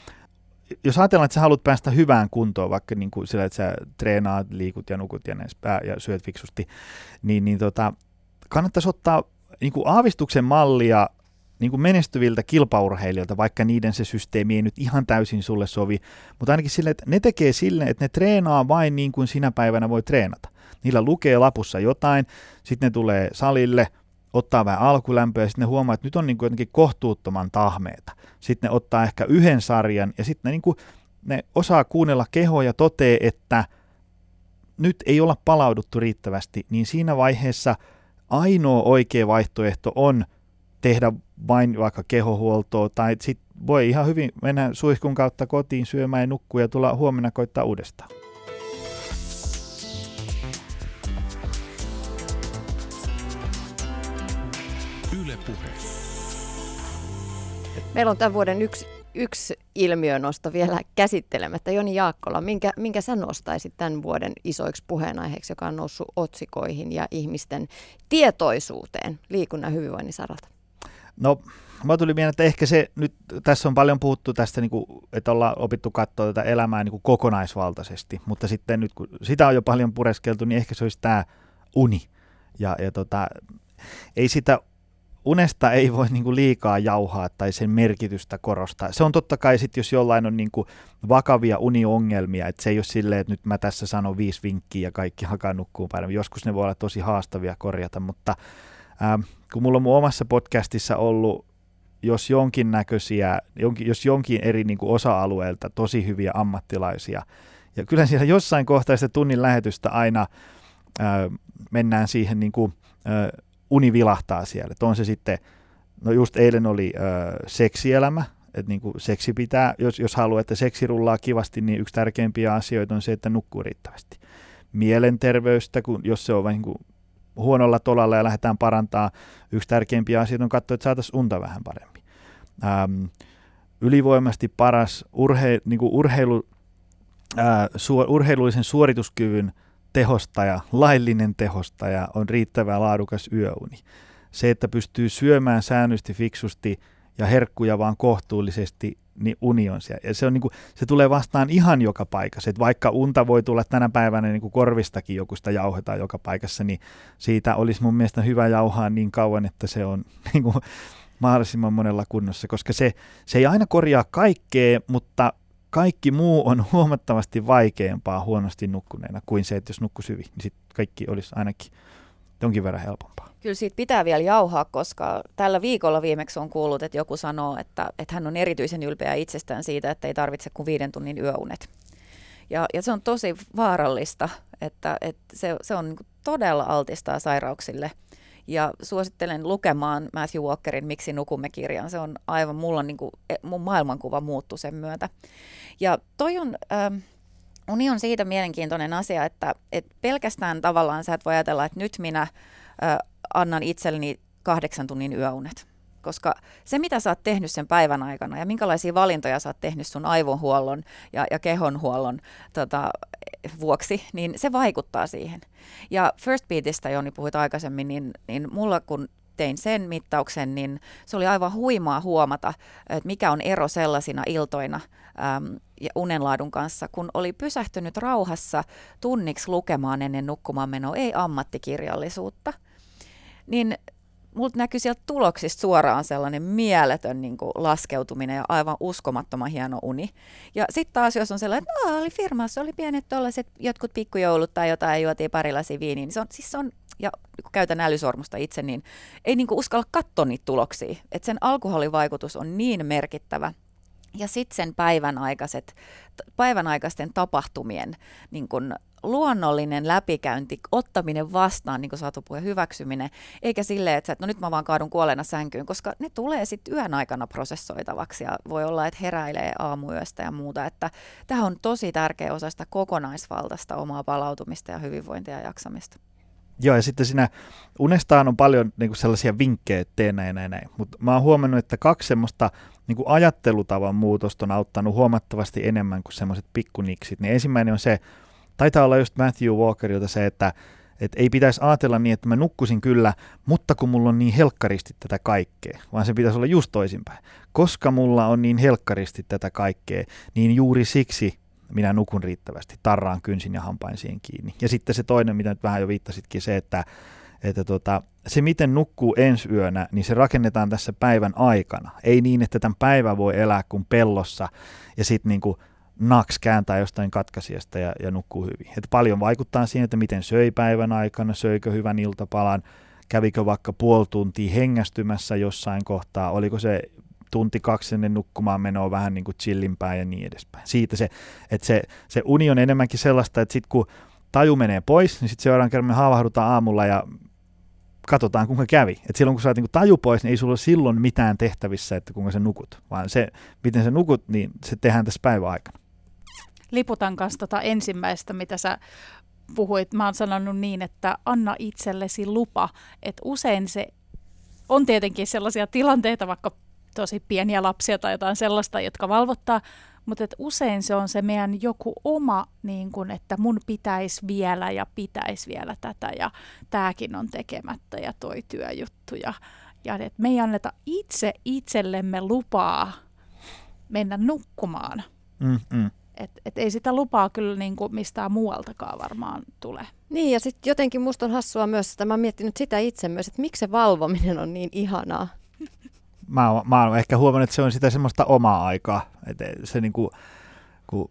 jos ajatellaan, että sä haluat päästä hyvään kuntoon, vaikka niin kuin sillä, että sä treenaat, liikut ja nukut ja, näin, ja syöt fiksusti, niin, niin tota, kannattaisi ottaa niin kuin aavistuksen mallia niin kuin menestyviltä kilpaurheilijoilta, vaikka niiden se systeemi ei nyt ihan täysin sulle sovi, mutta ainakin sille, että ne tekee sille, että ne treenaa vain niin kuin sinä päivänä voi treenata. Niillä lukee lapussa jotain, sitten ne tulee salille, ottaa vähän alkulämpöä ja sitten ne huomaa, että nyt on niin kuin jotenkin kohtuuttoman tahmeeta. Sitten ne ottaa ehkä yhden sarjan ja sitten ne, niin kuin, ne osaa kuunnella kehoa ja totee, että nyt ei olla palauduttu riittävästi, niin siinä vaiheessa ainoa oikea vaihtoehto on tehdä vain vaikka kehohuoltoa tai sitten voi ihan hyvin mennä suihkun kautta kotiin syömään ja nukkua ja tulla huomenna koittaa uudestaan. Yle Puhe. Meillä on tämän vuoden yksi, yksi ilmiönosto vielä käsittelemättä. Joni Jaakkola, minkä, minkä sä nostaisit tämän vuoden isoiksi puheenaiheeksi, joka on noussut otsikoihin ja ihmisten tietoisuuteen liikunnan ja hyvinvoinnin saralta? No, mä tuli mieleen, että ehkä se nyt, tässä on paljon puhuttu tästä, niin kuin, että ollaan opittu katsoa tätä elämää niin kuin kokonaisvaltaisesti, mutta sitten nyt kun sitä on jo paljon pureskeltu, niin ehkä se olisi tämä uni. Ja, ja tota, ei sitä unesta ei voi niin kuin liikaa jauhaa tai sen merkitystä korostaa. Se on totta kai sitten, jos jollain on niin kuin vakavia uniongelmia, että se ei ole silleen, että nyt mä tässä sanon viisi vinkkiä ja kaikki alkaa nukkuu paremmin. Joskus ne voi olla tosi haastavia korjata, mutta ähm, kun mulla on mun omassa podcastissa ollut jos jonkinnäköisiä, jonkin, jos jonkin eri niin kuin osa-alueelta tosi hyviä ammattilaisia, ja kyllä siellä jossain kohtaa sitä tunnin lähetystä aina äh, mennään siihen niin kuin, äh, uni vilahtaa siellä. Että on se sitten, no just eilen oli ö, seksielämä, että niinku seksi pitää, jos, jos haluaa, että seksi rullaa kivasti, niin yksi tärkeimpiä asioita on se, että nukkuu riittävästi. Mielenterveystä, kun, jos se on vain niinku huonolla tolalla ja lähdetään parantaa, yksi tärkeimpiä asioita on katsoa, että saataisiin unta vähän paremmin. Ähm, ylivoimasti paras urhe, niinku urheilu, äh, su, urheilullisen suorituskyvyn tehostaja, laillinen tehostaja on riittävä laadukas yöuni. Se, että pystyy syömään säännöllisesti, fiksusti ja herkkuja vaan kohtuullisesti, niin uni on siellä. Ja se, on niin kuin, se tulee vastaan ihan joka paikassa. Et vaikka unta voi tulla tänä päivänä niin kuin korvistakin, joku sitä jauhetaan joka paikassa, niin siitä olisi mun mielestä hyvä jauhaa niin kauan, että se on niin kuin mahdollisimman monella kunnossa, koska se, se ei aina korjaa kaikkea, mutta kaikki muu on huomattavasti vaikeampaa huonosti nukkuneena kuin se, että jos nukkuisi hyvin, niin sitten kaikki olisi ainakin jonkin verran helpompaa. Kyllä siitä pitää vielä jauhaa, koska tällä viikolla viimeksi on kuullut, että joku sanoo, että, että hän on erityisen ylpeä itsestään siitä, että ei tarvitse kuin viiden tunnin yöunet. Ja, ja se on tosi vaarallista, että, että se, se on niin kuin todella altistaa sairauksille. Ja suosittelen lukemaan Matthew Walkerin Miksi nukumme -kirjan. Se on aivan, mulla on niin kuin, mun maailmankuva muuttui sen myötä. Ja toi on, ähm, uni on siitä mielenkiintoinen asia, että et pelkästään tavallaan sä et voi ajatella, että nyt minä äh, annan itselleni kahdeksan tunnin yöunet. Koska se, mitä sä oot tehnyt sen päivän aikana ja minkälaisia valintoja sä oot tehnyt sun aivonhuollon ja, ja kehonhuollon tota, vuoksi, niin se vaikuttaa siihen. Ja First Beatistä, Joni, puhuit aikaisemmin, niin, niin mulla kun tein sen mittauksen, niin se oli aivan huimaa huomata, että mikä on ero sellaisina iltoina äm, ja unenlaadun kanssa, kun oli pysähtynyt rauhassa tunniksi lukemaan ennen nukkumaan menoa, ei ammattikirjallisuutta, niin multa näkyy sieltä tuloksista suoraan sellainen mieletön niin kuin laskeutuminen ja aivan uskomattoman hieno uni. Ja sitten taas, jos on sellainen, että no, oli firmassa, oli pienet tollaiset jotkut pikkujoulut tai jotain, juotiin pari lasia viiniä, niin se on, siis se on, ja kun käytän älysormusta itse, niin ei niin kuin uskalla katsoa niitä tuloksia. Että sen alkoholivaikutus on niin merkittävä. Ja sitten sen päivän, aikaiset, päivän aikaisten tapahtumien niin kun luonnollinen läpikäynti, ottaminen vastaan, niin kuin saatu puhe, hyväksyminen, eikä silleen, että, että no nyt mä vaan kaadun kuolleena sänkyyn, koska ne tulee sitten yön aikana prosessoitavaksi ja voi olla, että heräilee aamuyöstä ja muuta. Että tämä on tosi tärkeä osa sitä kokonaisvaltaista omaa palautumista ja hyvinvointia ja jaksamista. Joo, ja sitten siinä unestaan on paljon niin kuin sellaisia vinkkejä, että tee näin, näin, näin. Mutta mä oon huomannut, että kaksi semmoista niin kuin ajattelutavan muutosta on auttanut huomattavasti enemmän kuin semmoiset pikkuniksit. Niin ensimmäinen on se, taitaa olla just Matthew Walkerilta se, että, että ei pitäisi ajatella niin, että mä nukkusin kyllä, mutta kun mulla on niin helkkaristi tätä kaikkea, vaan se pitäisi olla just toisinpäin. Koska mulla on niin helkkaristi tätä kaikkea, niin juuri siksi minä nukun riittävästi, tarraan kynsin ja hampain siihen kiinni. Ja sitten se toinen, mitä nyt vähän jo viittasitkin, se, että, että tota, se miten nukkuu ensi yönä, niin se rakennetaan tässä päivän aikana. Ei niin, että tämän päivän voi elää kuin pellossa ja sitten niinku naks kääntää jostain katkaisijasta ja, ja nukkuu hyvin. Et paljon vaikuttaa siihen, että miten söi päivän aikana, söikö hyvän iltapalan, kävikö vaikka puoli tuntia hengästymässä jossain kohtaa, oliko se tunti kaksi ennen nukkumaan menoa vähän niin kuin chillinpäin ja niin edespäin. Siitä se, että se, se uni on enemmänkin sellaista, että sitten kun taju menee pois, niin sitten seuraavan kerran me havahdutaan aamulla ja katsotaan kuinka kävi. Et silloin kun saat niin kuin taju pois, niin ei sulla ole silloin mitään tehtävissä, että kuinka sä nukut, vaan se, miten sä nukut, niin se tehdään tässä päivän aikana. Liputan kanssa tota ensimmäistä, mitä sä puhuit. Mä oon sanonut niin, että anna itsellesi lupa, että usein se on tietenkin sellaisia tilanteita, vaikka tosi pieniä lapsia tai jotain sellaista, jotka valvottaa, mutta et usein se on se meidän joku oma, niin kun, että mun pitäisi vielä ja pitäisi vielä tätä ja tämäkin on tekemättä ja toi työjuttu. Ja, ja että me ei anneta itse itsellemme lupaa mennä nukkumaan. Mm, mm. Et, et ei sitä lupaa kyllä niin kuin mistään muualtakaan varmaan tule. Niin, ja sitten jotenkin musta on hassua myös, että mä oon miettinyt sitä itse myös, että miksi se valvominen on niin ihanaa. Mä oon, mä oon ehkä huomannut, että se on sitä semmoista omaa aikaa. Että se niinku, kun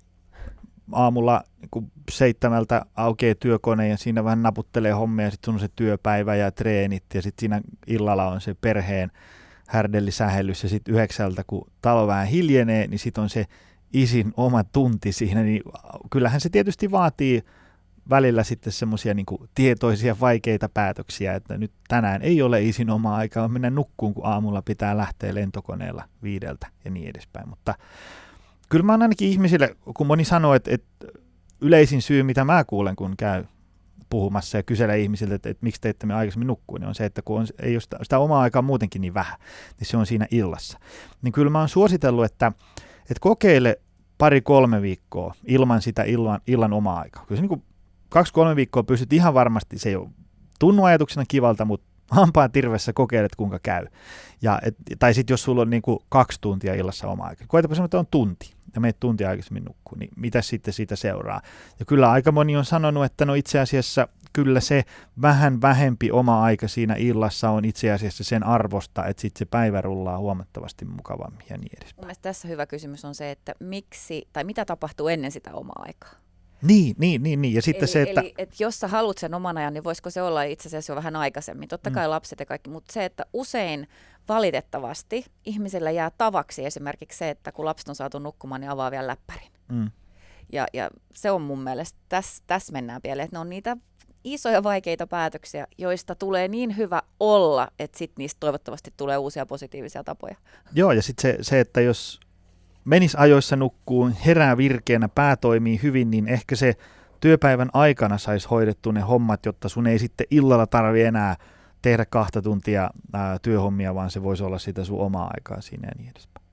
aamulla niin seitsemältä aukeaa työkone ja siinä vähän naputtelee hommia ja sitten on se työpäivä ja treenit ja sitten siinä illalla on se perheen härdellisähellys ja sitten yhdeksältä kun talo vähän hiljenee, niin sitten on se isin oma tunti siinä, niin kyllähän se tietysti vaatii välillä sitten semmoisia niin kuin tietoisia vaikeita päätöksiä, että nyt tänään ei ole isin omaa aikaa mennä nukkuun, kun aamulla pitää lähteä lentokoneella viideltä ja niin edespäin, mutta kyllä mä oon ainakin ihmisille, kun moni sanoo, että, että yleisin syy, mitä mä kuulen, kun käy puhumassa ja kyselee ihmisiltä, että, että miksi te ette me aikaisemmin nukkuu, niin on se, että kun on, ei ole sitä, sitä omaa aikaa muutenkin niin vähän, niin se on siinä illassa. Niin kyllä mä oon suositellut, että, että kokeile pari-kolme viikkoa ilman sitä illan, illan omaa aikaa. Kyllä se niin kuin kaksi-kolme viikkoa pystyt ihan varmasti, se ei ole tunnu ajatuksena kivalta, mutta hampaan tirvessä kokeilet, kuinka käy. Ja, et, tai sitten jos sulla on niin kuin kaksi tuntia illassa omaa aikaa, koetapa sanoa, että on tunti, ja meet tuntia aikaisemmin nukkuu, niin mitä sitten siitä seuraa? Ja kyllä aika moni on sanonut, että no itse asiassa kyllä se vähän vähempi oma aika siinä illassa on itse asiassa sen arvosta, että sitten se päivä rullaa huomattavasti mukavammin ja niin edespäin. Mun mielestä tässä hyvä kysymys on se, että miksi, tai mitä tapahtuu ennen sitä omaa aikaa? Niin, niin, niin, niin. Ja sitten eli, se, että... Eli et jos sä haluat sen oman ajan, niin voisiko se olla itse asiassa jo vähän aikaisemmin? Totta kai mm. lapset ja kaikki, mutta se, että usein valitettavasti ihmisillä jää tavaksi esimerkiksi se, että kun lapset on saatu nukkumaan, niin avaa vielä läppärin. Mm. Ja, ja se on mun mielestä, tässä täs mennään pieleen, että ne on niitä isoja vaikeita päätöksiä, joista tulee niin hyvä olla, että sitten niistä toivottavasti tulee uusia positiivisia tapoja. Joo, ja sitten se, se, että jos menis ajoissa nukkuun, herää virkeänä, pää toimii hyvin, niin ehkä se työpäivän aikana saisi hoidettu ne hommat, jotta sun ei sitten illalla tarvi enää tehdä kahta tuntia ää, työhommia, vaan se voisi olla sitä sun omaa aikaa siinä ja niin edespäin.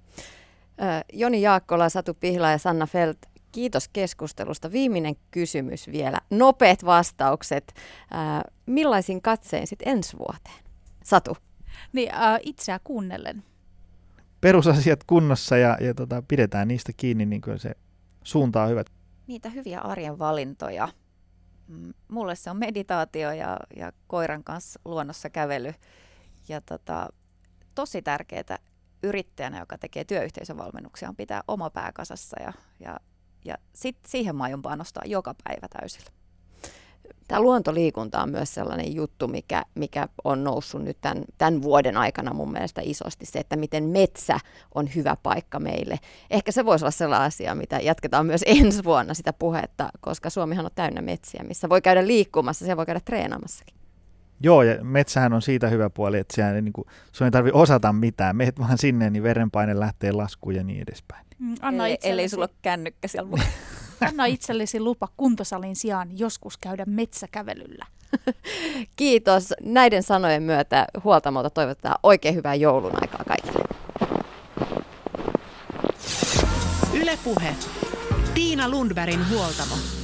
Joni Jaakkola, Satu Pihla ja Sanna Felt, kiitos keskustelusta. Viimeinen kysymys vielä. Nopeat vastaukset. Ää, millaisin katsein sitten ensi vuoteen? Satu. Niin, äh, itseä kuunnellen. Perusasiat kunnossa ja, ja tota, pidetään niistä kiinni, niin kuin se suunta on hyvä. Niitä hyviä arjen valintoja. Mulle se on meditaatio ja, ja koiran kanssa luonnossa kävely. Ja tota, tosi tärkeää yrittäjänä, joka tekee työyhteisövalmennuksia, on pitää oma pää kasassa ja, ja, ja sit siihen mä aion panostaa joka päivä täysillä. Tämä luontoliikunta on myös sellainen juttu, mikä, mikä on noussut nyt tämän, tämän vuoden aikana mun mielestä isosti. Se, että miten metsä on hyvä paikka meille. Ehkä se voisi olla sellainen asia, mitä jatketaan myös ensi vuonna sitä puhetta, koska Suomihan on täynnä metsiä, missä voi käydä liikkumassa, siellä voi käydä treenaamassakin. Joo, ja metsähän on siitä hyvä puoli, että siellä ei, niin kuin, sun ei tarvitse osata mitään. Meet vaan sinne, niin verenpaine lähtee laskuun ja niin edespäin. Mm, anna Eli, itsellesi... Ellei sulla ole kännykkä siellä mukana. Anna itsellesi lupa kuntosalin sijaan joskus käydä metsäkävelyllä. Kiitos. Näiden sanojen myötä Huoltamolta toivotetaan oikein hyvää joulun aikaa kaikille. Yle Puhe. Tiina Lundbergin Huoltamo.